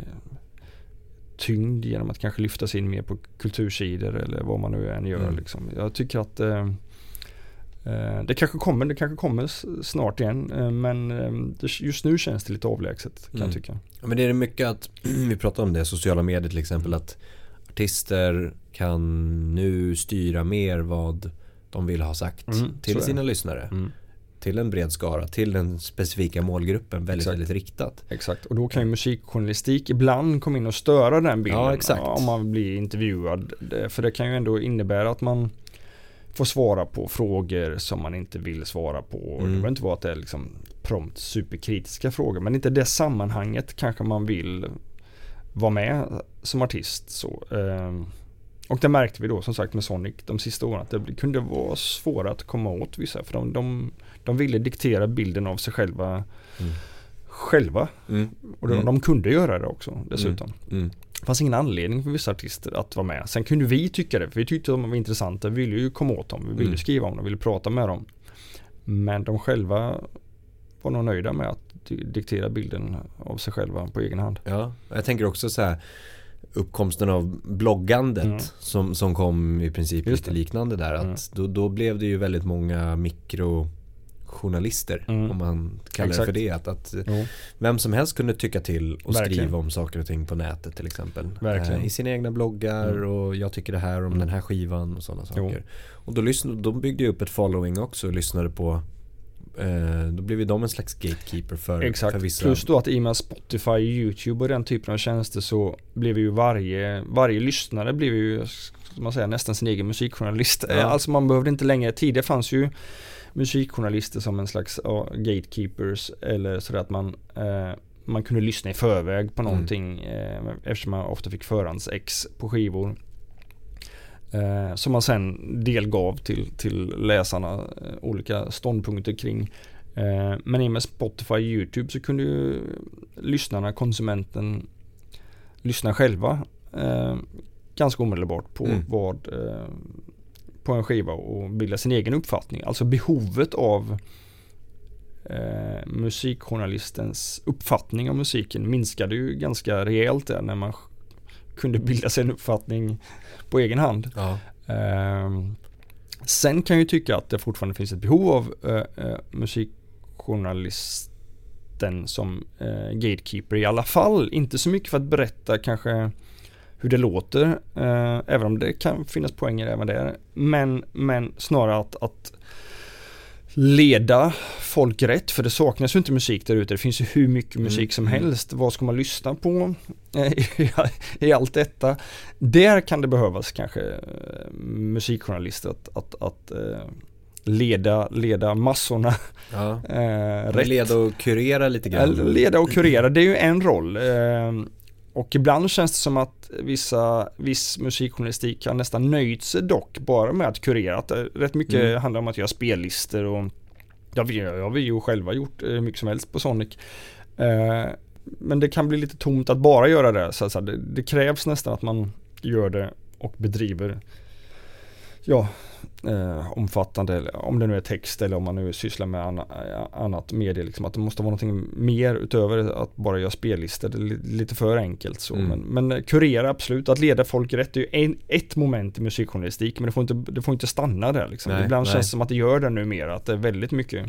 [SPEAKER 2] tyngd genom att kanske lyfta sig in mer på kultursidor eller vad man nu än gör. Mm. Liksom. Jag tycker att eh, Det kanske kommer, det kanske kommer snart igen, men just nu känns det lite avlägset kan mm. jag tycka.
[SPEAKER 1] Ja, men det är mycket att, vi pratar om det, sociala medier till exempel, att artister kan nu styra mer vad de vill ha sagt mm, till sina lyssnare. Mm. Till en bred skara, till den specifika målgruppen, väldigt, exakt. väldigt riktat.
[SPEAKER 2] Exakt, och då kan ju musikjournalistik ibland komma in och störa den bilden.
[SPEAKER 1] Ja, exakt.
[SPEAKER 2] Om man blir intervjuad. För det kan ju ändå innebära att man får svara på frågor som man inte vill svara på. Mm. Det behöver inte vara att det är liksom prompt superkritiska frågor, men inte det sammanhanget kanske man vill vara med som artist. Så, eh, och det märkte vi då som sagt med Sonic de sista åren, att det kunde vara svårt att komma åt vissa, för de, de, de ville diktera bilden av sig själva mm. själva. Mm. Och de, mm. de kunde göra det också dessutom. Mm. Mm. Det fanns ingen anledning för vissa artister att vara med. Sen kunde vi tycka det, för vi tyckte att de var intressanta. Vi ville ju komma åt dem, vi ville mm. skriva om dem, vi ville prata med dem. Men de själva var nog nöjda med att diktera bilden av sig själva på egen hand.
[SPEAKER 1] Ja, jag tänker också så här, uppkomsten av bloggandet mm. som, som kom i princip lite liknande där. Att mm. då, då blev det ju väldigt många mikrojournalister, mm. om man kallar Exakt. det för det. Att, att vem som helst kunde tycka till och Verkligen. skriva om saker och ting på nätet till exempel. Eh, I sina egna bloggar mm. och jag tycker det här om mm. den här skivan och sådana saker. Jo. Och då, lyssnade, då byggde jag upp ett following också och lyssnade på Eh, då blev ju de en slags gatekeeper för,
[SPEAKER 2] Exakt.
[SPEAKER 1] för vissa.
[SPEAKER 2] Plus då att i och med Spotify, YouTube och den typen av tjänster så blev ju varje, varje lyssnare blev ju, ska man säga, nästan sin egen musikjournalist. Ja. Alltså man behövde inte längre, tidigare fanns ju musikjournalister som en slags uh, gatekeepers, eller så att man uh, man kunde lyssna i förväg på någonting mm. uh, eftersom man ofta fick förhandsex på skivor. Eh, som man sen delgav till, till läsarna eh, olika ståndpunkter kring. Eh, men i och med Spotify och YouTube så kunde ju lyssnarna, konsumenten, lyssna själva eh, ganska omedelbart på mm. vad eh, på en skiva och bilda sin egen uppfattning. Alltså behovet av eh, musikjournalistens uppfattning av musiken minskade ju ganska rejält där när man kunde bilda sig en uppfattning på egen hand. Ja. Eh, sen kan jag ju tycka att det fortfarande finns ett behov av eh, musikjournalisten som eh, gatekeeper i alla fall. Inte så mycket för att berätta kanske hur det låter, eh, även om det kan finnas poänger även där. Men, men snarare att, att leda folk rätt, för det saknas ju inte musik där ute. Det finns ju hur mycket musik mm. som helst. Vad ska man lyssna på i, i allt detta? Där kan det behövas kanske musikjournalister att, att, att leda, leda massorna
[SPEAKER 1] ja.
[SPEAKER 2] eh, rätt.
[SPEAKER 1] Leda och kurera lite grann.
[SPEAKER 2] Leda och kurera, det är ju en roll. Eh, och ibland känns det som att vissa, viss musikjournalistik har nästan nöjt sig dock bara med att kurera. Att rätt mycket mm. handlar om att göra spellistor och ja, vi har vi ju själva gjort mycket som helst på Sonic. Eh, men det kan bli lite tomt att bara göra det. Så, så det, det krävs nästan att man gör det och bedriver ja, eh, omfattande, om det nu är text eller om man nu sysslar med anna, annat medie, liksom, att det måste vara någonting mer utöver att bara göra spellistor. Det är lite för enkelt så. Mm. Men, men kurera absolut, att leda folk rätt är ju en, ett moment i musikjournalistik, men det får inte, det får inte stanna där. Liksom. Nej, Ibland nej. känns det som att det gör det numera, att det är väldigt mycket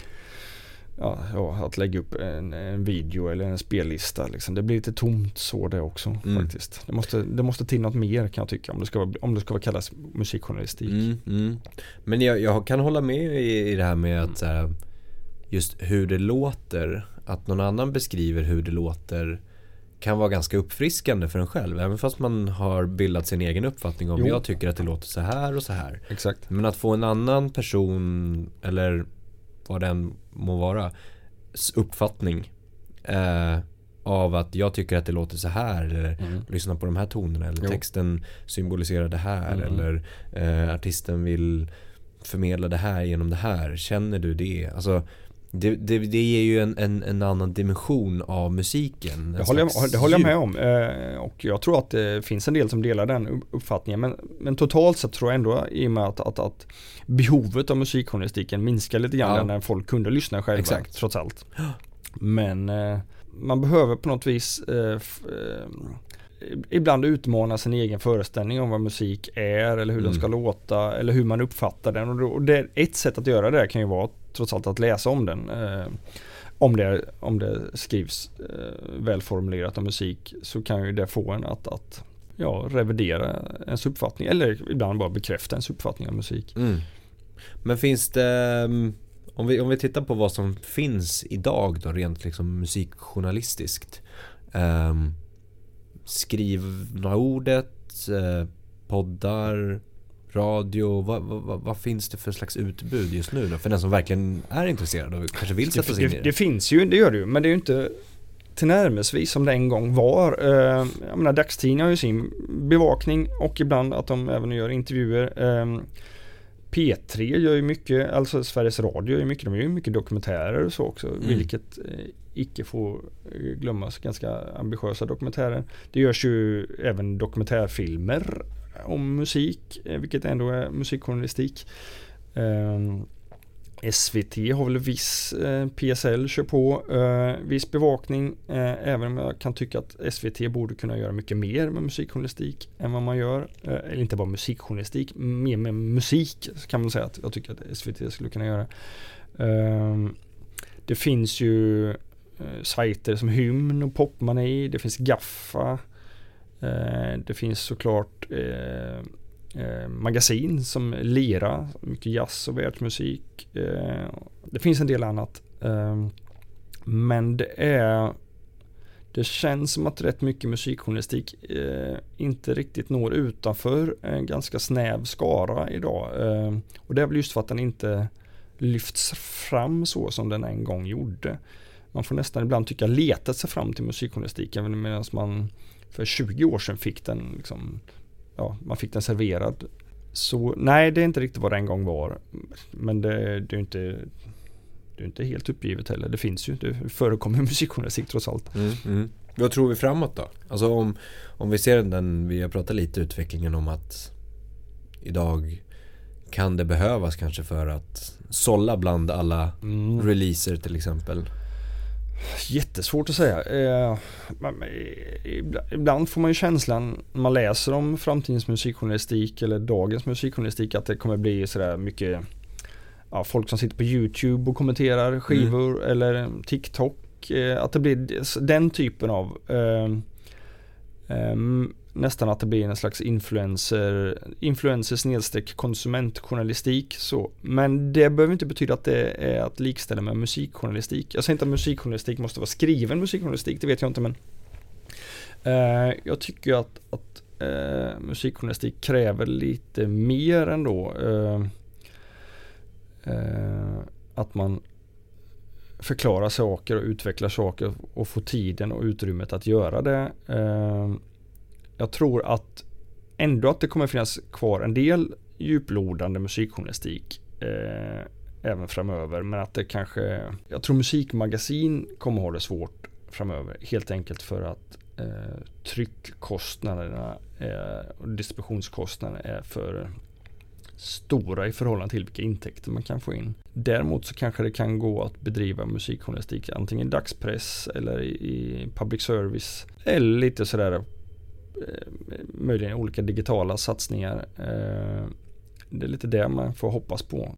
[SPEAKER 2] ja, ja, att lägga upp en, en video eller en spellista. Liksom. Det blir lite tomt så det också mm. faktiskt. Det måste, det måste till något mer kan jag tycka om det ska vara, om det ska vara kallas musikjournalistik.
[SPEAKER 1] Mm, mm. Men jag, jag kan hålla med i, i det här med att här, just hur det låter, att någon annan beskriver hur det låter kan vara ganska uppfriskande för en själv, även fast man har bildat sin egen uppfattning om jo. jag tycker att det låter så här och så här.
[SPEAKER 2] Exakt.
[SPEAKER 1] Men att få en annan person eller vad den må vara uppfattning eh, av att jag tycker att det låter så här eller mm. lyssna på de här tonerna eller jo. texten symboliserar det här mm. eller eh, artisten vill förmedla det här genom det här, känner du det? Alltså det, det, det ger ju en, en, en annan dimension av musiken.
[SPEAKER 2] Det håller, jag, det håller jag med om eh, och jag tror att det finns en del som delar den uppfattningen, men, men totalt sett tror jag ändå i och med att, att, att behovet av musikjournalistiken minskar lite grann ja. när folk kunde lyssna själva. Exakt. Trots allt. Men eh, man behöver på något vis eh, f, eh, ibland utmana sin egen föreställning om vad musik är eller hur
[SPEAKER 1] Mm.
[SPEAKER 2] den ska låta eller hur man uppfattar den. Och, då, och det, ett sätt att göra det kan ju vara trots allt att läsa om den. Eh, om, det, om det skrivs eh, välformulerat om musik så kan ju det få en att, att ja, revidera ens uppfattning eller ibland bara bekräfta ens uppfattning om musik.
[SPEAKER 1] Mm. Men finns det, om vi, om vi tittar på vad som finns idag då rent liksom musikjournalistiskt, um, skrivna ordet, eh, poddar, radio, vad, vad, vad finns det för slags utbud just nu då? För den som verkligen är intresserad och kanske vill sätta sig in i det.
[SPEAKER 2] Det finns ju, det gör det ju, men det är ju inte tillnärmesvis som det en gång var. Uh, jag menar, dagstidningar har ju sin bevakning och ibland att de även gör intervjuer. Uh, P tre gör ju mycket, alltså Sveriges Radio gör ju mycket, de gör ju mycket dokumentärer och så också, mm. vilket uh, icke får uh, glömmas, ganska ambitiösa dokumentärer. Det görs ju även dokumentärfilmer om musik, uh, vilket ändå är musikjournalistik. Uh, S V T har väl viss eh, P S L kör på eh, viss bevakning, eh, även om jag kan tycka att S V T borde kunna göra mycket mer med musikjournalistik än vad man gör, eh, eller inte bara musikjournalistik, mer med musik kan man säga att jag tycker att S V T skulle kunna göra. Eh, det finns ju eh, sajter som Hymn och Popmani, det finns Gaffa, eh, det finns såklart eh, Eh, magasin som Lera, mycket jazz och världsmusik. Eh, det finns en del annat. Eh, men det är det känns som att rätt mycket musikjournalistik eh, inte riktigt når utanför en ganska snäv skara idag. Eh, och det är väl just för att den inte lyfts fram så som den en gång gjorde. Man får nästan ibland tycka letat sig fram till musikjournalistiken medan man för tjugo år sedan fick den liksom, ja, man fick den serverad. Så nej, det är inte riktigt vad det en gång var. Men det, det är inte det är inte helt uppgivet heller. Det finns ju, det förekommer musikjournalistik trots allt.
[SPEAKER 1] Mm, mm. Vad tror vi framåt då? Alltså om, om vi ser den, vi har pratat lite utvecklingen om att idag kan det behövas kanske för att sålla bland alla mm. releaser till exempel.
[SPEAKER 2] Jättesvårt att säga. Eh, ibland får man ju känslan när man läser om framtidens musikjournalistik eller dagens musikjournalistik att det kommer bli sådär mycket, ja, folk som sitter på YouTube och kommenterar skivor mm. eller TikTok. Eh, att det blir den typen av eh, eh, nästan att det blir en slags influencer influencer snedstreck konsumentjournalistik så. Men det behöver inte betyda att det är att likställa med musikjournalistik. Jag säger inte att musikjournalistik måste vara skriven musikjournalistik, det vet jag inte, men eh, jag tycker att, att eh, musikjournalistik kräver lite mer ändå. Eh, eh, att man förklarar saker och utvecklar saker och får tiden och utrymmet att göra det. Eh, Jag tror att ändå att det kommer finnas kvar en del djuplodande musikjournalistik eh, även framöver, men att det kanske, jag tror musikmagasin kommer ha det svårt framöver, helt enkelt för att eh, tryckkostnaderna eh, och distributionskostnaderna är för stora i förhållande till vilka intäkter man kan få in. Däremot så kanske det kan gå att bedriva musikjournalistik antingen i dagspress eller i, i public service eller lite sådär möjligen olika digitala satsningar. Det är lite det man får hoppas på.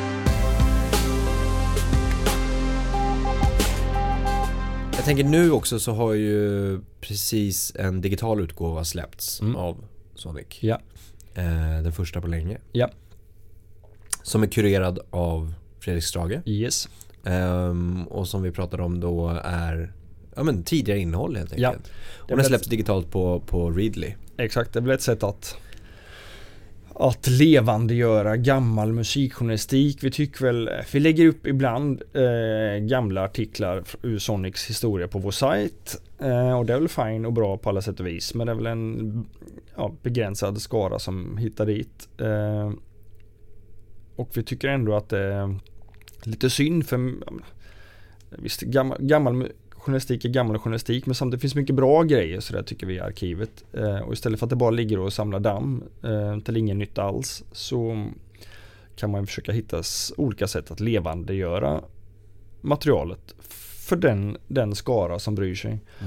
[SPEAKER 1] Jag tänker nu också så har ju precis en digital utgåva släppts mm. av Sonic.
[SPEAKER 2] Ja.
[SPEAKER 1] Den första på länge.
[SPEAKER 2] Ja. Som
[SPEAKER 1] är kurerad av Fredrik Strage.
[SPEAKER 2] Yes.
[SPEAKER 1] Um, och som vi pratade om då är ja, men tidigare innehåll helt enkelt.
[SPEAKER 2] Ja.
[SPEAKER 1] Och den släpps ett... digitalt på, på Readly.
[SPEAKER 2] Exakt, det blir ett sätt att att levandegöra gammal musikjournalistik. Vi tycker väl, vi lägger upp ibland eh, gamla artiklar ur Sonics historia på vår sajt. Eh, och det är väl fine och bra på alla sätt och vis. Men det är väl en ja, begränsad skara som hittar dit. Eh, och vi tycker ändå att det är lite synd för visst, gammal, gammal journalistik är gammal journalistik, men samtidigt finns mycket bra grejer så där tycker vi i arkivet. Eh, och istället för att det bara ligger och samlar damm eh, till ingen nytta alls, så kan man försöka hitta olika sätt att levandegöra materialet för den, den skara som bryr sig.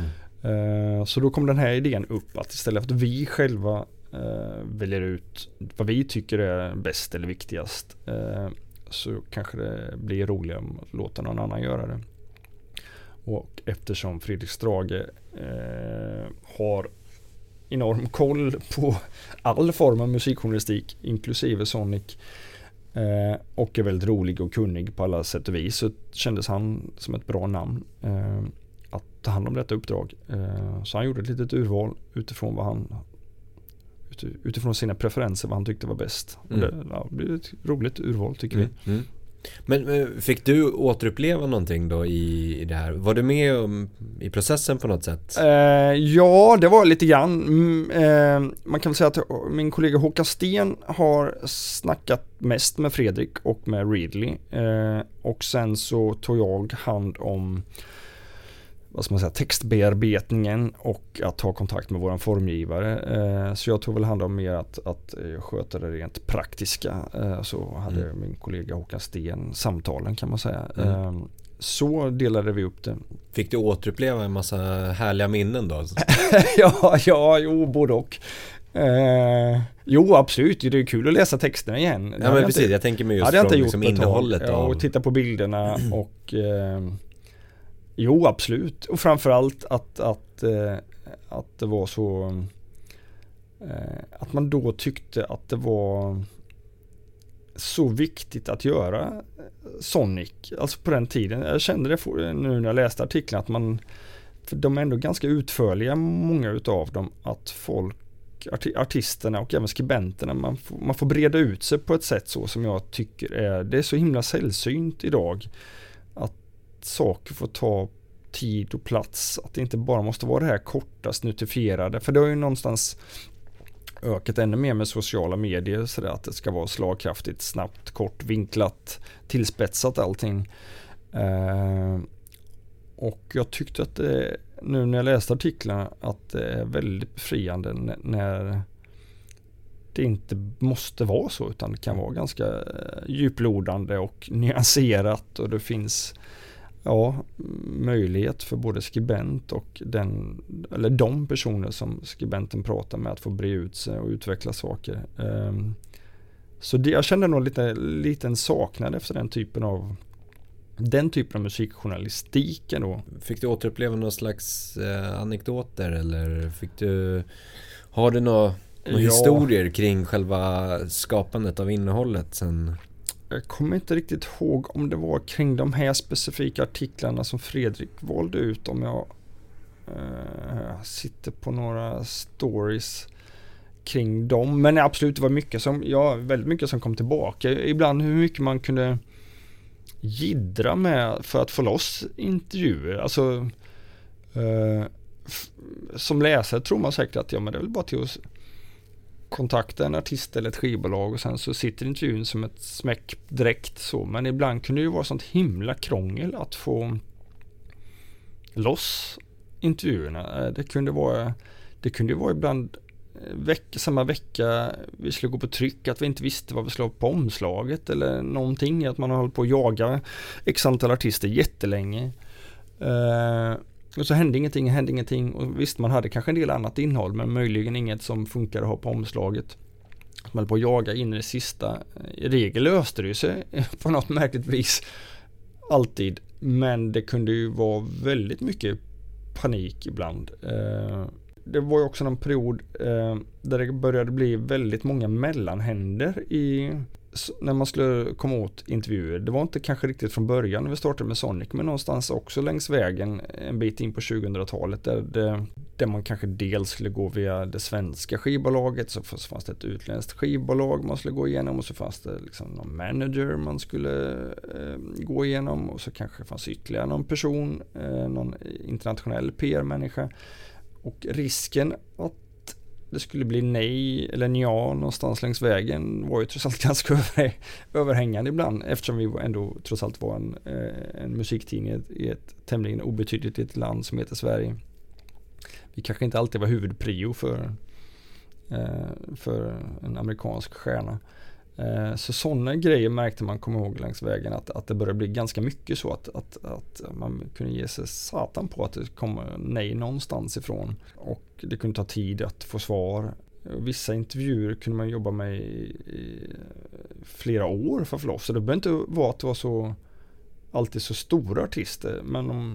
[SPEAKER 2] Eh, så då kom den här idén upp att istället för att vi själva eh, väljer ut vad vi tycker är bäst eller viktigast, eh, så kanske det blir roligare om att låta någon annan göra det. Och eftersom Fredrik Strage eh, har enorm koll på all form av musikjournalistik inklusive Sonic, eh, och är väldigt rolig och kunnig på alla sätt och vis, så kändes han som ett bra namn eh, att ta hand om detta uppdrag. Eh, så han gjorde ett litet urval utifrån vad han utifrån sina preferenser, vad han tyckte var bäst. Mm. Och det, ja, det blev ett roligt urval tycker mm. vi. Mm.
[SPEAKER 1] Men fick du återuppleva någonting då i, i det här? Var du med om, i processen på något sätt?
[SPEAKER 2] Eh, ja, det var lite grann. Mm, eh, man kan väl säga att min kollega Håkan Sten har snackat mest med Fredrik och med Ridley. Eh, och sen så tog jag hand om, vad ska man säga, textbearbetningen och att ha kontakt med våran formgivare. Eh, så jag tog väl hand om mer att, att sköta det rent praktiska. Eh, så hade mm. min kollega Håkan Sten samtalen kan man säga. Mm. Eh, så delade vi upp det.
[SPEAKER 1] Fick du återuppleva en massa härliga minnen då?
[SPEAKER 2] ja, ja, jo, både och. Eh, jo, absolut. Det är kul att läsa texterna igen.
[SPEAKER 1] Ja, men precis. Inte, jag tänker mig just från liksom innehållet.
[SPEAKER 2] Ja, och titta på bilderna och... Eh, Jo, absolut. Och framförallt att, att, eh, att det var så eh, att man då tyckte att det var så viktigt att göra Sonic. Alltså på den tiden. Jag kände det för, nu när jag läste artiklarna att man, för de är ändå ganska utförliga, många utav dem, att folk, arti- artisterna och även skribenterna, man får, man får breda ut sig på ett sätt så som jag tycker är, det är så himla sällsynt idag. Att saker får ta tid och plats, att det inte bara måste vara det här korta snuttifierade, för det har ju någonstans ökat ännu mer med sociala medier, så att det ska vara slagkraftigt, snabbt, kort, vinklat, tillspetsat allting. Eh, och jag tyckte att det, nu när jag läste artiklarna, att det är väldigt befriande när det inte måste vara så, utan det kan vara ganska djuplodande och nyanserat, och det finns ja, möjlighet för både skribent och den, eller de personer som skribenten pratar med, att få bre ut sig och utveckla saker. Um, så det, jag kände nog lite liten saknad efter den typen av den typen av musikjournalistik då.
[SPEAKER 1] Fick du återuppleva någon slags eh, anekdoter, eller fick du, har du några, några ja. historier kring själva skapandet av innehållet sen?
[SPEAKER 2] Jag kommer inte riktigt ihåg om det var kring de här specifika artiklarna som Fredrik valde ut, om jag uh, sitter på några stories kring dem. Men absolut, det var mycket som, ja, väldigt mycket som kom tillbaka. Ibland hur mycket man kunde jiddra med för att få loss intervjuer. Alltså uh, f- som läsare tror man säkert att ja, men det är väl bara till att kontakta en artist eller ett skivbolag och sen så sitter intervjun som ett smäck direkt så, men ibland kunde det ju vara sånt himla krångel att få loss intervjuerna. Det kunde vara det kunde vara ibland veck, samma vecka vi skulle gå på tryck att vi inte visste vad vi skulle ha på omslaget eller någonting, att man har hållit på att jaga x antal artister jättelänge. Uh, Och så hände ingenting, hände ingenting. Och visst, man hade kanske en del annat innehåll, men möjligen inget som funkar att ha på omslaget. Man höll på att jaga in i det sista. I regel löste det ju sig på något märkligt vis. Alltid. Men det kunde ju vara väldigt mycket panik ibland. Det var ju också en period där det började bli väldigt många mellanhänder i... när man skulle komma åt intervjuer. Det var inte kanske riktigt från början när vi startade med Sonic, men någonstans också längs vägen en bit in på tjugohundratalet där, det, där man kanske dels skulle gå via det svenska skivbolaget, så fanns det ett utländskt skivbolag man skulle gå igenom, och så fanns det liksom någon manager man skulle eh, gå igenom, och så kanske fanns ytterligare någon person, eh, någon internationell P R-människa, och risken att det skulle bli nej eller nja någonstans längs vägen var ju trots allt ganska över, överhängande ibland, eftersom vi ändå trots allt var en, en musiktidning i ett tämligen obetydligt ett land som heter Sverige. Vi kanske inte alltid var huvudprio för, för en amerikansk stjärna. Eh, så sådana grejer märkte man, kommer ihåg, längs vägen att, att det började bli ganska mycket så att, att, att man kunde ge sig satan på att det kom nej någonstans ifrån och det kunde ta tid att få svar. Vissa intervjuer kunde man jobba med i, i flera år för att få loss, så det behöver inte vara att det var så alltid så stora artister, men om,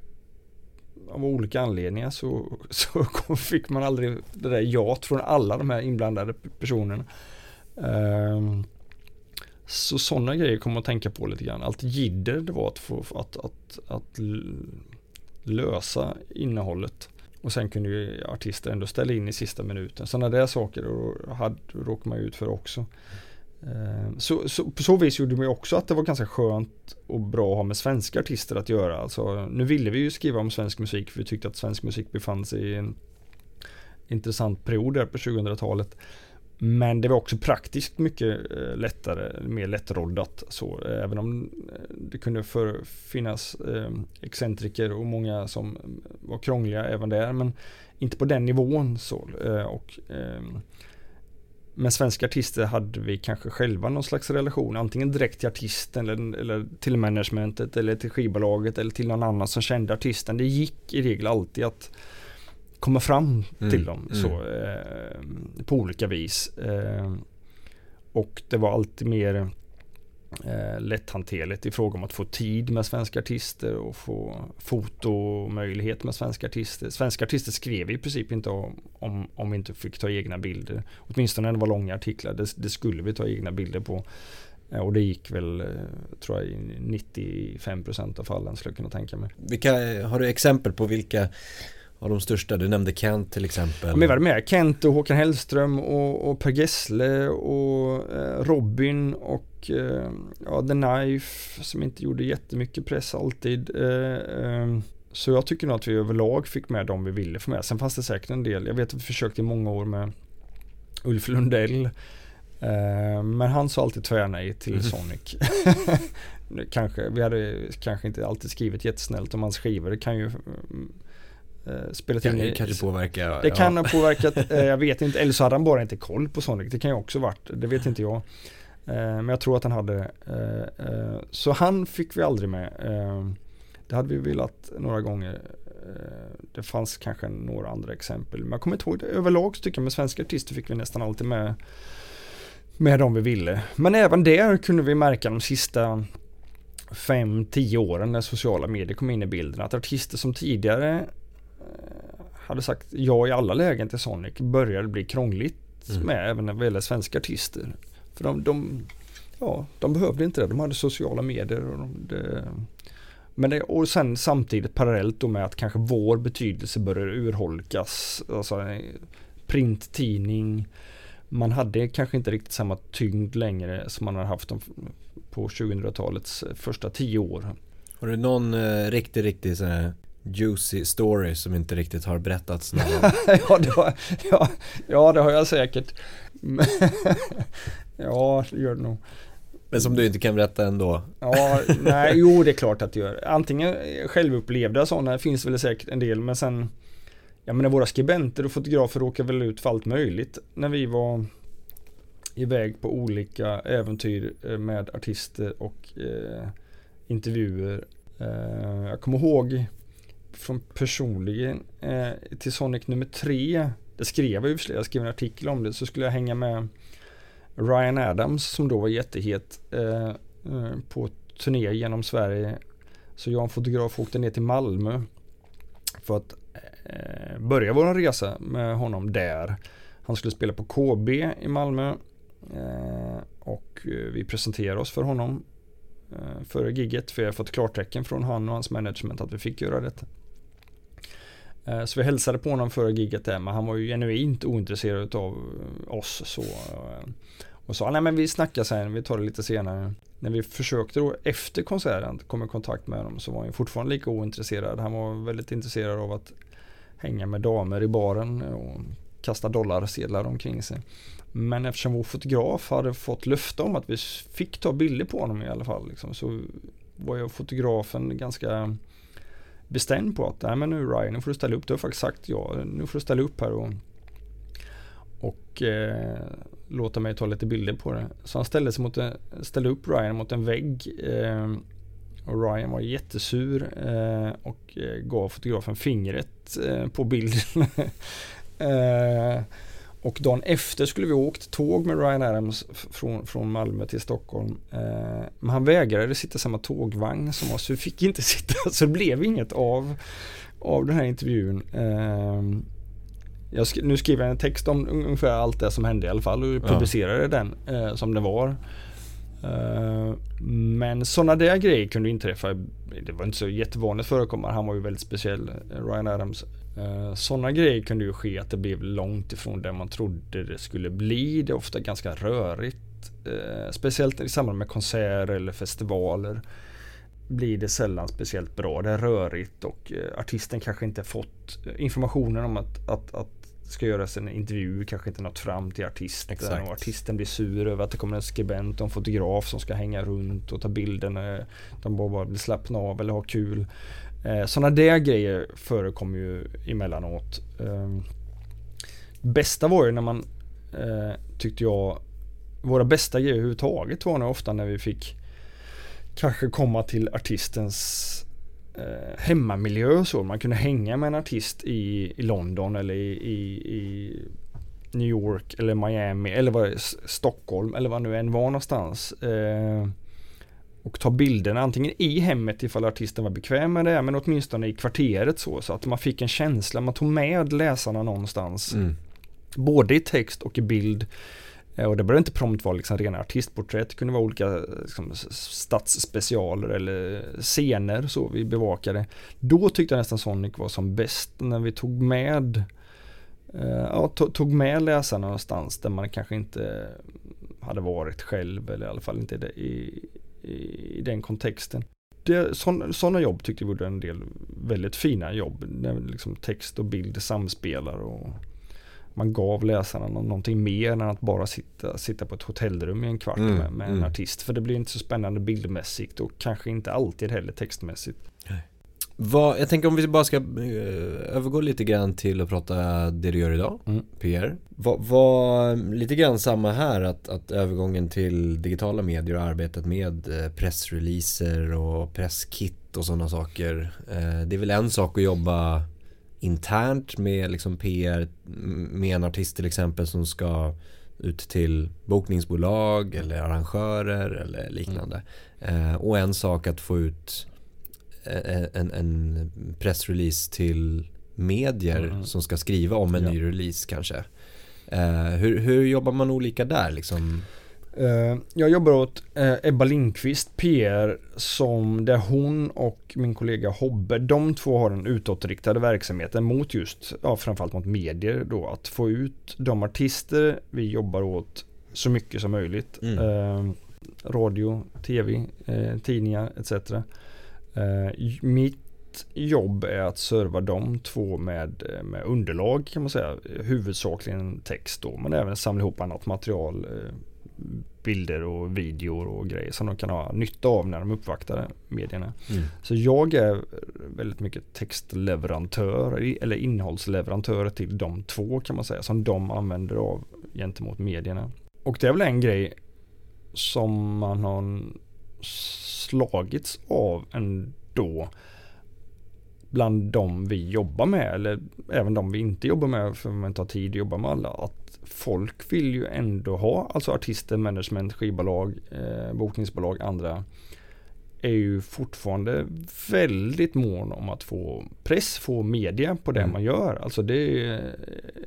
[SPEAKER 2] av olika anledningar så, så fick man aldrig det där jat från alla de här inblandade personerna. Um, så sådana grejer kommer man att tänka på lite grann. Allt jidder det var att få att, att, att lösa innehållet, och sen kunde ju artister ändå ställa in i sista minuten. Sådana där saker och hade, råkade man ut för också. Um, så, så, på så vis gjorde man också att det var ganska skönt och bra att ha med svenska artister att göra. Alltså, nu ville vi ju skriva om svensk musik för vi tyckte att svensk musik befann sig i en intressant period där på tjugohundratalet. Men det var också praktiskt mycket lättare, mer lättroddat så, även om det kunde för, finnas eh, excentriker och många som var krångliga även där, men inte på den nivån så. Eh, och, eh, med svenska artister hade vi kanske själva någon slags relation, antingen direkt till artisten eller, eller till managementet eller till skivbolaget eller till någon annan som kände artisten. Det gick i regel alltid att komma fram till mm, dem så, mm. eh, på olika vis. Eh, och det var alltid mer eh, lätthanterligt i fråga om att få tid med svenska artister och få fotomöjlighet med svenska artister. Svenska artister skrev i princip inte om, om, om vi inte fick ta egna bilder. Åtminstone när det var långa artiklar. Det, det skulle vi ta egna bilder på. Eh, och det gick väl, eh, tror jag, i nittiofem procent av fallen skulle jag kunna tänka mig.
[SPEAKER 1] Vilka, har du exempel på vilka av de största? Du nämnde Kent till exempel.
[SPEAKER 2] Ja, men var det med Kent och Håkan Hellström och, och Per Gessle och eh, Robin och eh, ja, The Knife som inte gjorde jättemycket press alltid. Eh, eh, så jag tycker nog att vi överlag fick med dem vi ville få med. Sen fanns det säkert en del. Jag vet att vi försökte i många år med Ulf Lundell. Eh, men han sa alltid tvärnej till mm. Sonic. kanske, vi hade kanske inte alltid skrivit jättesnällt om hans skivor. Det kan ju spelat in
[SPEAKER 1] det kanske påverka.
[SPEAKER 2] Det kan ja. ha påverkat, jag vet inte, eller så hade han bara inte koll på Sonic. Det kan ju också varit, det vet inte jag. Men jag tror att han hade, så han fick vi aldrig med. Det hade vi velat några gånger. Det fanns kanske några andra exempel, men jag kommer inte ihåg det. Överlag så tycker jag med svenska artister fick vi nästan alltid med med dem vi ville. Men även där kunde vi märka de sista fem, tio åren när sociala medier kom in i bilden att artister som tidigare hade sagt ja i alla lägen till Sonic började bli krångligt mm. med även när det gäller svenska artister. För de, de, ja, de behövde inte det. De hade sociala medier. Och de, det, men det, och sen samtidigt parallellt då med att kanske vår betydelse började urholkas. Alltså printtidning. Man hade kanske inte riktigt samma tyngd längre som man har haft på tjugohundratalets första tio år.
[SPEAKER 1] Har du någon eh, riktigt, riktigt så här juicy story som inte riktigt har berättats någon gång?
[SPEAKER 2] ja, det har, ja, ja, det har jag säkert. ja, det gör det nog.
[SPEAKER 1] Men som du inte kan berätta ändå?
[SPEAKER 2] ja, nej, jo, det är klart att det gör. Antingen självupplevda sådana finns väl säkert en del, men sen, ja, men våra skribenter och fotografer råkar väl ut för allt möjligt. När vi var iväg på olika äventyr med artister och eh, intervjuer. Eh, jag kommer ihåg från personligen eh, till Sonic nummer tre, det skrev jag ju, jag skrev en artikel om det, så skulle jag hänga med Ryan Adams som då var jättehet eh, på turné genom Sverige. Så jag och en fotograf åkte ner till Malmö för att eh, börja vår resa med honom där. Han skulle spela på K B i Malmö eh, och vi presenterade oss för honom eh, före gigget, för jag har fått klartecken från han och hans management att vi fick göra detta. Eh, så vi hälsade på honom före gigget där, men han var ju genuint ointresserad av oss så, eh, och sa nej men vi snackar sen, vi tar det lite senare. När vi försökte då efter konserten komma i kontakt med honom så var han fortfarande lika ointresserad. Han var väldigt intresserad av att hänga med damer i baren och kasta dollarsedlar omkring sig. Men eftersom vår fotograf hade fått löfte om att vi fick ta bilder på honom i alla fall liksom, så var jag fotografen ganska bestämd på att nej men nu Ryan, nu får du ställa upp. Du har faktiskt sagt ja, nu får du ställa upp här och, och och eh, låta mig ta lite bilder på det. Så han ställde, sig mot en, ställde upp Ryan mot en vägg eh, och Ryan var jättesur eh, och eh, gav fotografen fingret eh, på bilden. eh, och dagen efter skulle vi åkt tåg med Ryan Adams f- från, från Malmö till Stockholm. Eh, men han vägrade sitta samma tågvagn som oss, så vi fick inte sitta, så det blev inget av, av den här intervjun. Eh, jag sk- nu skriver jag en text om ungefär allt det som hände i alla fall och publicerade ja. den eh, som det var. Uh, men sådana där grejer kunde inträffa. Det var inte så jättevanligt förekommande. Han var ju väldigt speciell, Ryan Adams. Uh, sådana grejer kunde ju ske att det blev långt ifrån det man trodde det skulle bli. Det är ofta ganska rörigt. Uh, speciellt i samband med konserter eller festivaler blir det sällan speciellt bra. Det är rörigt och uh, artisten kanske inte fått informationen om att, att, att ska göras en intervju, kanske inte nått fram till artisten. Exakt. Och artisten blir sur över att det kommer en skribent och en fotograf som ska hänga runt och ta bilder när de bara vill slappna av eller ha kul. Eh, sådana där grejer förekommer ju emellanåt. Eh, bästa var ju när man eh, tyckte jag våra bästa grejer överhuvudtaget var nog ofta när vi fick kanske komma till artistens Eh, hemmamiljö så. Man kunde hänga med en artist i, i London eller i, i, i New York eller Miami eller var det, Stockholm eller vad nu än var någonstans. Eh, och ta bilderna antingen i hemmet ifall artisten var bekväm med det, men åtminstone i kvarteret så, så att man fick en känsla, man tog med läsarna någonstans. Mm. Både i text och i bild. Och det började inte prompt vara liksom rena artistporträtt. Det kunde vara olika liksom, stadsspecialer eller scener så vi bevakade. Då tyckte jag nästan Sonic var som bäst när vi tog med eh, ja, to- tog med läsarna någonstans där man kanske inte hade varit själv eller i alla fall inte i, i, i den kontexten. Sådana jobb tyckte vi var en del väldigt fina jobb när liksom text och bild samspelar och man gav läsarna någonting mer än att bara sitta, sitta på ett hotellrum i en kvart mm, med, med en mm. artist. För det blir inte så spännande bildmässigt och kanske inte alltid heller textmässigt.
[SPEAKER 1] Vad, jag tänker om vi bara ska uh, övergå lite grann till att prata det du gör idag, mm. P R. Vad, vad, lite grann samma här, att, att övergången till digitala medier och arbetet med uh, pressreleaser och presskit och sådana saker. Uh, det är väl en sak att jobba internt med liksom P R med en artist till exempel som ska ut till bokningsbolag eller arrangörer eller liknande. Mm. Eh, och en sak att få ut en, en pressrelease till medier mm. som ska skriva om en ja. ny release kanske. Eh, hur, hur jobbar man olika där liksom?
[SPEAKER 2] Uh, jag jobbar åt uh, Ebba Lindqvist P R som där hon och min kollega Hobbe, de två har en utåtriktad verksamheten mot just, ja, framförallt mot medier då, att få ut de artister vi jobbar åt så mycket som möjligt. Mm. Uh, radio, tv, uh, tidningar et cetera. Uh, mitt jobb är att serva de två med, med underlag kan man säga, huvudsakligen text då, men även samla ihop annat material, uh, bilder och videor och grejer som de kan ha nytta av när de uppvaktar medierna. Mm. Så jag är väldigt mycket textleverantör eller innehållsleverantör till de två kan man säga, som de använder av gentemot medierna. Och det är väl en grej som man har slagits av ändå bland de vi jobbar med, eller även de vi inte jobbar med, för man tar tid att jobba med alla, att folk vill ju ändå ha, alltså artister, management, skivbolag, eh, bokningsbolag, andra är ju fortfarande väldigt mån om att få press, få media på det mm. man gör. Alltså det är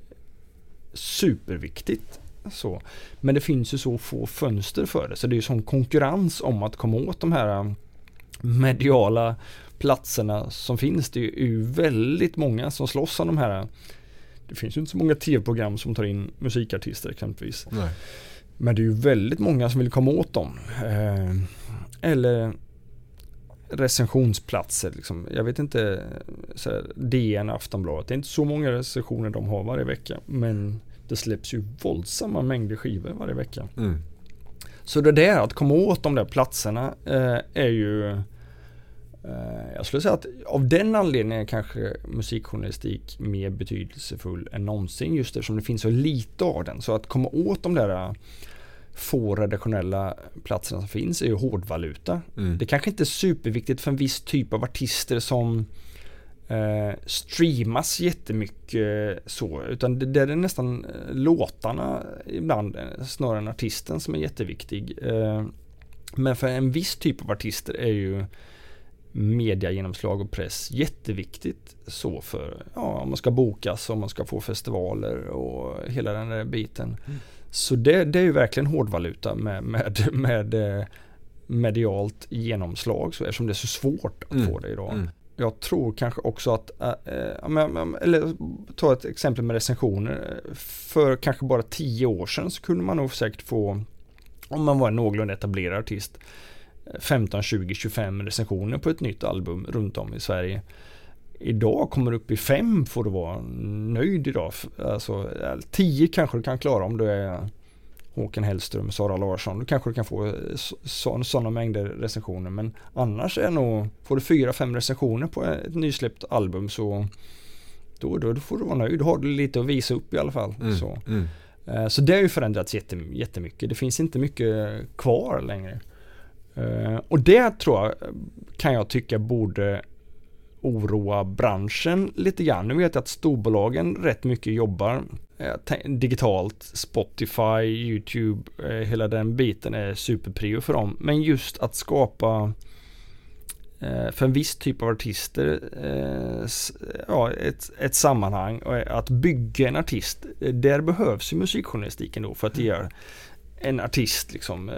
[SPEAKER 2] superviktigt. Så. Men det finns ju så få fönster för det, så det är ju sån konkurrens om att komma åt de här mediala platserna som finns. Det är ju väldigt många som slåss om de här. Det finns ju inte så många tv-program som tar in musikartister exempelvis. Nej. Men det är ju väldigt många som vill komma åt dem. Eh, eller recensionsplatser. Liksom. Jag vet inte, så här, D N, Aftonbladet. Det är inte så många recensioner de har varje vecka. Men det släpps ju våldsamma mängder skivor varje vecka. Mm. Så det där att komma åt de där platserna eh, är ju Jag skulle säga att av den anledningen är kanske musikjournalistik mer betydelsefull än någonsin, just eftersom det finns så lite av den. Så att komma åt de där få redaktionella platserna som finns är ju hårdvaluta. Mm. Det kanske inte är superviktigt för en viss typ av artister som eh, streamas jättemycket så, utan det, det är nästan låtarna ibland snarare än artisten som är jätteviktig. Eh, men för en viss typ av artister är ju mediagenomslag och press jätteviktigt så för ja, om man ska bokas, om man ska få festivaler och hela den där biten. Mm. Så det, det är ju verkligen hårdvaluta med, med, med medialt genomslag, så eftersom det är så svårt att mm. få det idag. Mm. Jag tror kanske också att äh, eller ta ett exempel med recensioner. För kanske bara tio år sedan så kunde man nog säkert få, om man var en någorlunda etablerad artist, femton, tjugo, tjugofem recensioner på ett nytt album runt om i Sverige. Idag kommer du upp i fem, får du vara nöjd idag. Alltså tio kanske du kan klara om du är Håkan Hellström, Sara Larsson. Du kanske du kan få så, sådana mängder recensioner, men annars är nog, får du fyra, fem recensioner på ett nysläppt album, så då, då, då får du vara nöjd. Då har du lite att visa upp i alla fall. Mm, så. Mm. så det har ju förändrats jättemycket. Det finns inte mycket kvar längre. Och det tror jag, kan jag tycka borde oroa branschen lite grann. Nu vet jag att storbolagen rätt mycket jobbar eh, digitalt. Spotify, YouTube, eh, hela den biten är superprio för dem. Men just att skapa eh, för en viss typ av artister eh, s- ja, ett, ett sammanhang och att bygga en artist, där behövs ju musikjournalistiken då för att det gör en artist liksom,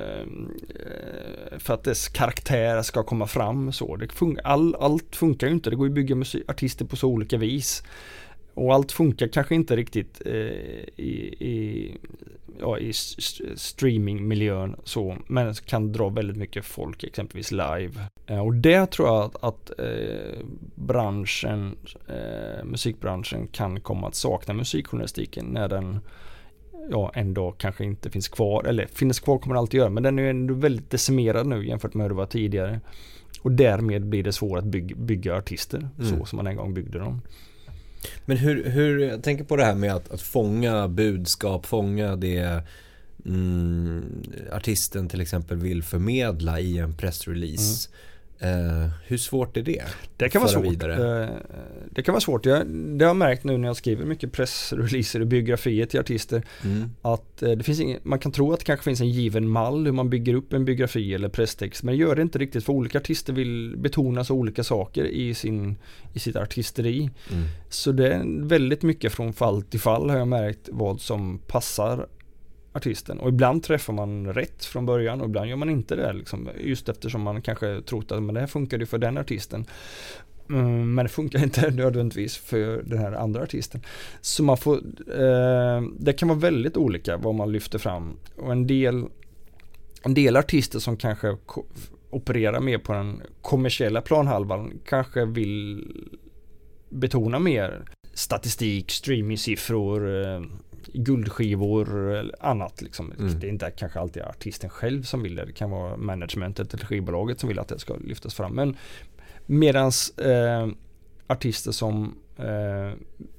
[SPEAKER 2] för att dess karaktär ska komma fram så. Det fun- all, allt funkar ju inte. Det går ju att bygga musik- artister på så olika vis. Och allt funkar kanske inte riktigt eh, i, i, ja, i st- streamingmiljön så, men kan dra väldigt mycket folk exempelvis live. Eh, och det tror jag att, att eh, branschen, eh, musikbranschen kan komma att sakna musikjournalistiken när den ja, ändå kanske inte finns kvar, eller finns kvar kommer den alltid göra, men den är ju ändå väldigt decimerad nu jämfört med hur det var tidigare, och därmed blir det svårt att bygga, bygga artister mm. så som man en gång byggde dem.
[SPEAKER 1] Men hur, hur jag tänker på det här med att, att fånga budskap, fånga det mm, artisten till exempel vill förmedla i en pressrelease. Mm. Uh, hur svårt är det?
[SPEAKER 2] Det kan vara svårt. Uh, det kan vara svårt. Jag, det har jag märkt nu när jag skriver mycket pressreleaser och biografier till artister mm. att uh, det finns ingen, man kan tro att det kanske finns en given mall hur man bygger upp en biografi eller presstext, men gör det inte riktigt, för olika artister vill betona så olika saker i, sin, i sitt artisteri. Mm. Så det är väldigt mycket från fall till fall har jag märkt vad som passar artisten, och ibland träffar man rätt från början och ibland gör man inte det liksom, just eftersom man kanske trott att men det här funkar ju för den artisten mm, men det funkar inte nödvändigtvis för den här andra artisten, så man får eh, det kan vara väldigt olika vad man lyfter fram, och en del en del artister som kanske ko- opererar mer på den kommersiella planhalvan kanske vill betona mer statistik, streamingsiffror, eh, guldskivor eller annat liksom. Mm. Det är inte kanske alltid artisten själv som vill det. Det kan vara managementet eller skivbolaget som vill att det ska lyftas fram. Men medans eh, artister som eh,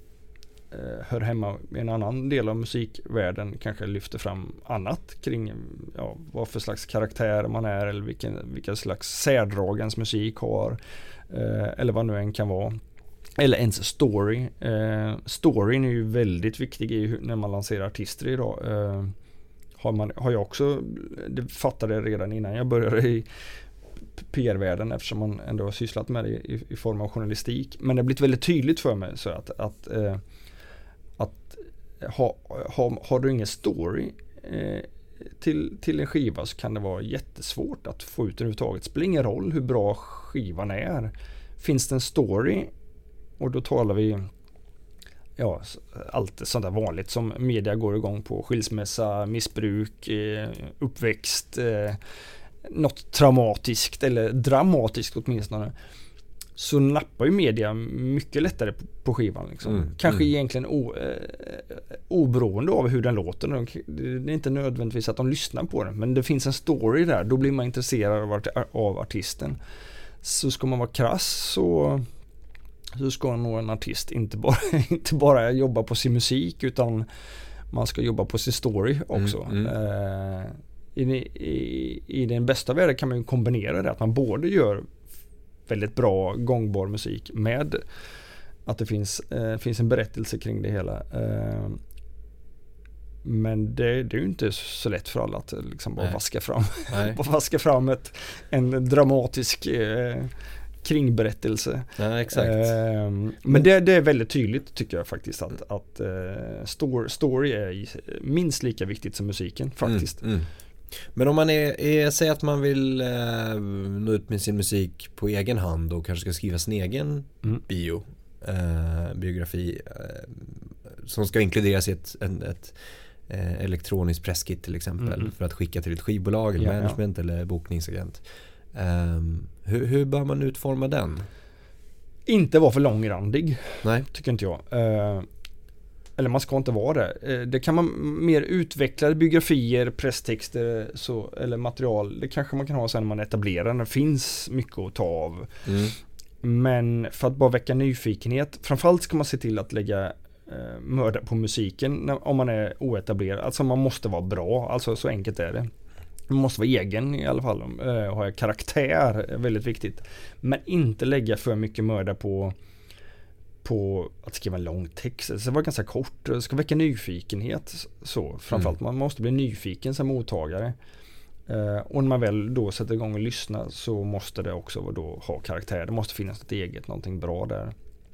[SPEAKER 2] hör hemma i en annan del av musikvärlden kanske lyfter fram annat kring ja, vad för slags karaktär man är eller vilken, vilka slags särdrag ens musik har eh, eller vad nu än kan vara. Eller ens story. Eh, storyn är ju väldigt viktig i, när man lanserar artister idag. Eh, har, man, har jag också, det fattade jag redan innan jag började i P R-världen, eftersom man ändå har sysslat med det i, i form av journalistik. Men det har blivit väldigt tydligt för mig så att, att, eh, att ha, ha, har du ingen story eh, till, till en skiva så kan det vara jättesvårt att få ut överhuvudtaget. Det spelar ingen roll hur bra skivan är. Finns det en story, och då talar vi ja, allt sånt där vanligt som media går igång på, skilsmässa, missbruk, eh, uppväxt, eh, något traumatiskt eller dramatiskt åtminstone, så nappar ju media mycket lättare på, på skivan liksom. Mm, kanske mm. egentligen o, eh, oberoende av hur den låter. Det är inte nödvändigtvis att de lyssnar på den, men det finns en story där, då blir man intresserad av, art- av artisten. så ska man vara krass så, så ska nog en artist inte bara, inte bara jobba på sin musik, utan man ska jobba på sin story också. Mm, mm. Eh, i, i, I den bästa världen kan man ju kombinera det, att man både gör väldigt bra gångbar musik med att det finns, eh, finns en berättelse kring det hela. Eh, men det, det är ju inte så lätt för alla att liksom bara vaska fram, bara vaska fram ett, en dramatisk eh, kringberättelse.
[SPEAKER 1] Ja, exakt.
[SPEAKER 2] Eh, men det, det är väldigt tydligt tycker jag faktiskt att, att eh, story, story är minst lika viktigt som musiken faktiskt. Mm, mm.
[SPEAKER 1] Men om man är, är säger att man vill eh, nå ut med sin musik på egen hand och kanske ska skriva sin egen mm. bio, eh, biografi eh, som ska inkluderas i ett, en, ett eh, elektroniskt presskit till exempel mm. för att skicka till ett skivbolag eller ja, management ja. eller bokningsagent. Eh, hur, hur bör man utforma den?
[SPEAKER 2] Inte vara för långrandig.
[SPEAKER 1] Nej.
[SPEAKER 2] Tycker inte jag. Eh, Eller man ska inte vara det. Det kan man mer utvecklade biografier, presstexter så, eller material. Det kanske man kan ha sen när man etablerar. Det finns mycket att ta av. Mm. Men för att bara väcka nyfikenhet. Framförallt ska man se till att lägga eh, mörda på musiken när, om man är oetablerad. Alltså man måste vara bra. Alltså så enkelt är det. Man måste vara egen i alla fall. Eh, ha karaktär är väldigt viktigt. Men inte lägga för mycket mörda på på att skriva en lång text. Så det var ganska kort. Det ska väcka nyfikenhet. Så, framförallt mm. man måste bli nyfiken som mottagare. Uh, och när man väl då sätter igång och lyssnar så måste det också då ha karaktär. Det måste finnas ett eget, någonting bra där.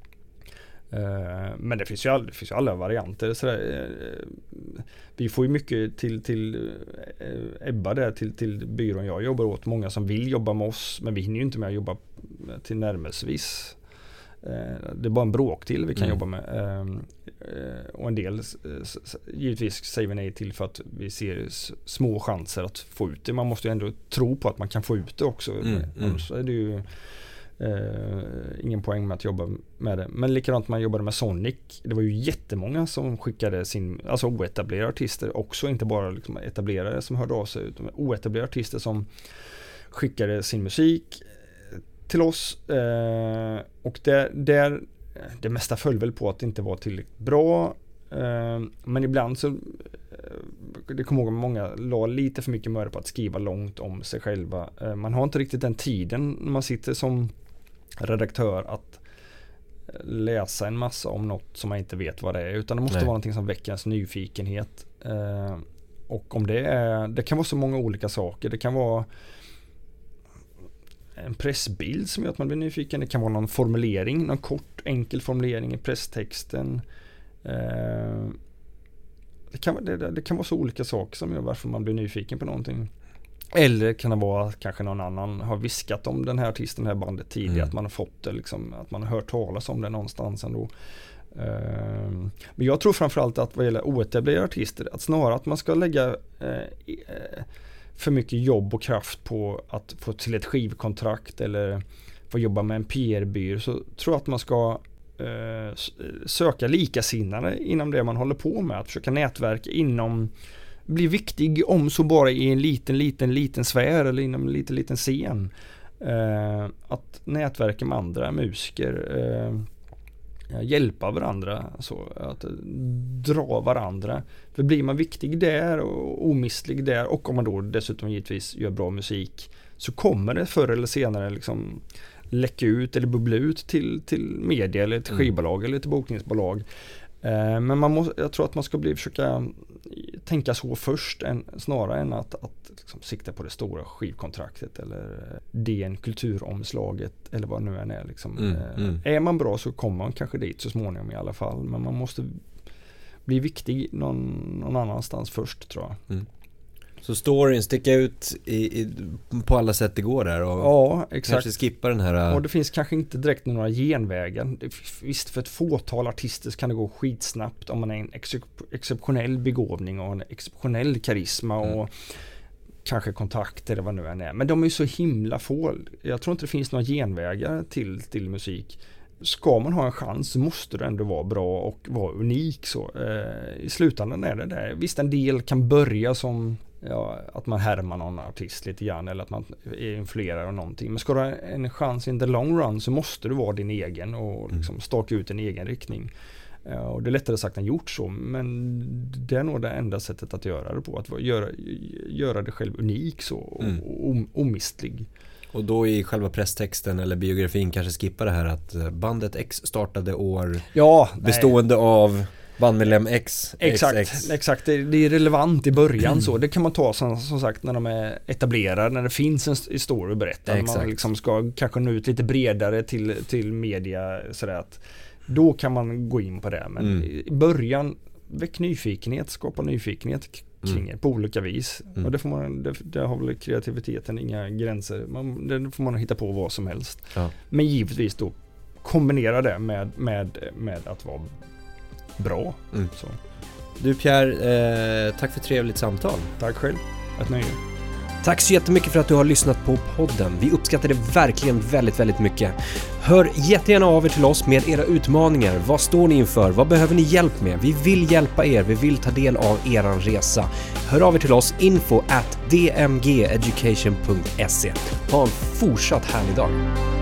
[SPEAKER 2] Uh, men det finns ju all, det finns ju alla varianter. Så där, uh, vi får ju mycket till, till uh, Ebba där, till, till byrån jag jobbar åt. Många som vill jobba med oss, men vi hinner ju inte med att jobba till närmesvis. Det är bara en bråkdel vi kan mm. jobba med. Och en del givetvis säger vi nej till för att vi ser små chanser att få ut det. Man måste ju ändå tro på att man kan få ut det också. Mm. Mm. Så är det ju eh, ingen poäng med att jobba med det. Men likadant man jobbade med Sonic. Det var ju jättemånga som skickade sin, alltså oetablerade artister också, inte bara liksom etablerade som hörde av sig, utan oetablerade artister som skickade sin musik till oss eh, och där, där det mesta föll väl på att det inte var tillräckligt bra eh, men ibland så eh, det kommer ihåg att många la lite för mycket möda på att skriva långt om sig själva. Eh, man har inte riktigt den tiden när man sitter som redaktör att läsa en massa om något som man inte vet vad det är, utan det måste Nej. vara någonting som väcker ens nyfikenhet eh, och om det är, det kan vara så många olika saker. Det kan vara en pressbild som gör att man blir nyfiken. Det kan vara någon formulering, någon kort enkel formulering i presstexten. Eh, det, kan, det, det kan vara så olika saker som gör varför man blir nyfiken på någonting. Eller kan det vara att kanske någon annan har viskat om den här artisten, det här bandet tidigare, mm. att man har fått det liksom, att man har hört talas om det någonstans ändå. Eh, men jag tror framförallt att vad gäller oetablerade artister, att snarare att man ska lägga eh, eh, för mycket jobb och kraft på att få till ett skivkontrakt eller få jobba med en P R-byrå, så tror jag att man ska eh, söka likasinnade inom det man håller på med, att försöka nätverka inom, bli viktig om så bara i en liten, liten, liten sfär eller inom en liten, liten scen. Eh, att nätverka med andra musiker, eh, hjälpa varandra, så att dra varandra. För blir man viktig där och omistlig där, och om man då dessutom givetvis gör bra musik, så kommer det förr eller senare liksom läcka ut eller bubbla ut till, till media eller till skivbolag mm. eller till bokningsbolag. Eh, men man måste, jag tror att man ska bli, försöka tänka så först än, snarare än att, att liksom sikta på det stora skivkontraktet eller D N kulturomslaget eller vad nu än är. Liksom. Mm, eh, mm. Är man bra så kommer man kanske dit så småningom i alla fall, men man måste bli viktig någon, någon annanstans först, tror jag. Mm.
[SPEAKER 1] Så storyn sticka ut i, i, på alla sätt det går där och
[SPEAKER 2] ja, exakt.
[SPEAKER 1] Kanske skippa den här.
[SPEAKER 2] Och det finns kanske inte direkt några genvägar. Visst, för ett fåtal artister kan det gå skitsnabbt om man är en excep- exceptionell begåvning och en exceptionell karisma mm. och kanske kontakt eller vad nu än är. Men de är ju så himla få. Jag tror inte det finns några genvägar till, till musik. Ska man ha en chans så måste det ändå vara bra och vara unik. Så. Eh, I slutändan är det där. Visst, en del kan börja som ja, att man härmar någon artist lite grann eller att man är influerad av någonting. Men ska du ha en chans in the long run så måste du vara din egen och liksom staka ut en egen riktning. Uh, och det är lättare sagt än gjort så, men det är nog det enda sättet att göra det på, att göra, göra det själv unik så och, mm. och om, omistlig.
[SPEAKER 1] Och då i själva presstexten eller biografin kanske skippa det här att bandet X startade år
[SPEAKER 2] ja,
[SPEAKER 1] bestående nej. av bandmedlem X.
[SPEAKER 2] Exakt,
[SPEAKER 1] X, X.
[SPEAKER 2] exakt. Det, det är relevant i början mm. så. Det kan man ta som, som sagt när de är etablerade, när det finns en story att berätta. Exakt. Man liksom ska kanske nå ut lite bredare till, till media sådär att då kan man gå in på det. Men mm. i början, väck nyfikenhet, skapa nyfikenhet kring mm. på olika vis. Mm. Och det får man, det, det har väl kreativiteten inga gränser. Man, det får man hitta på vad som helst. Ja. Men givetvis då kombinera det med, med, med att vara bra. Mm. Så.
[SPEAKER 1] Du Pierre, eh, tack för trevligt samtal.
[SPEAKER 2] Tack själv, ett nöje.
[SPEAKER 1] Tack så jättemycket för att du har lyssnat på podden. Vi uppskattar det verkligen väldigt, väldigt mycket. Hör jättegärna av er till oss med era utmaningar. Vad står ni inför? Vad behöver ni hjälp med? Vi vill hjälpa er. Vi vill ta del av eran resa. Hör av er till oss info at d m g education punkt s e. Ha en fortsatt härlig dag.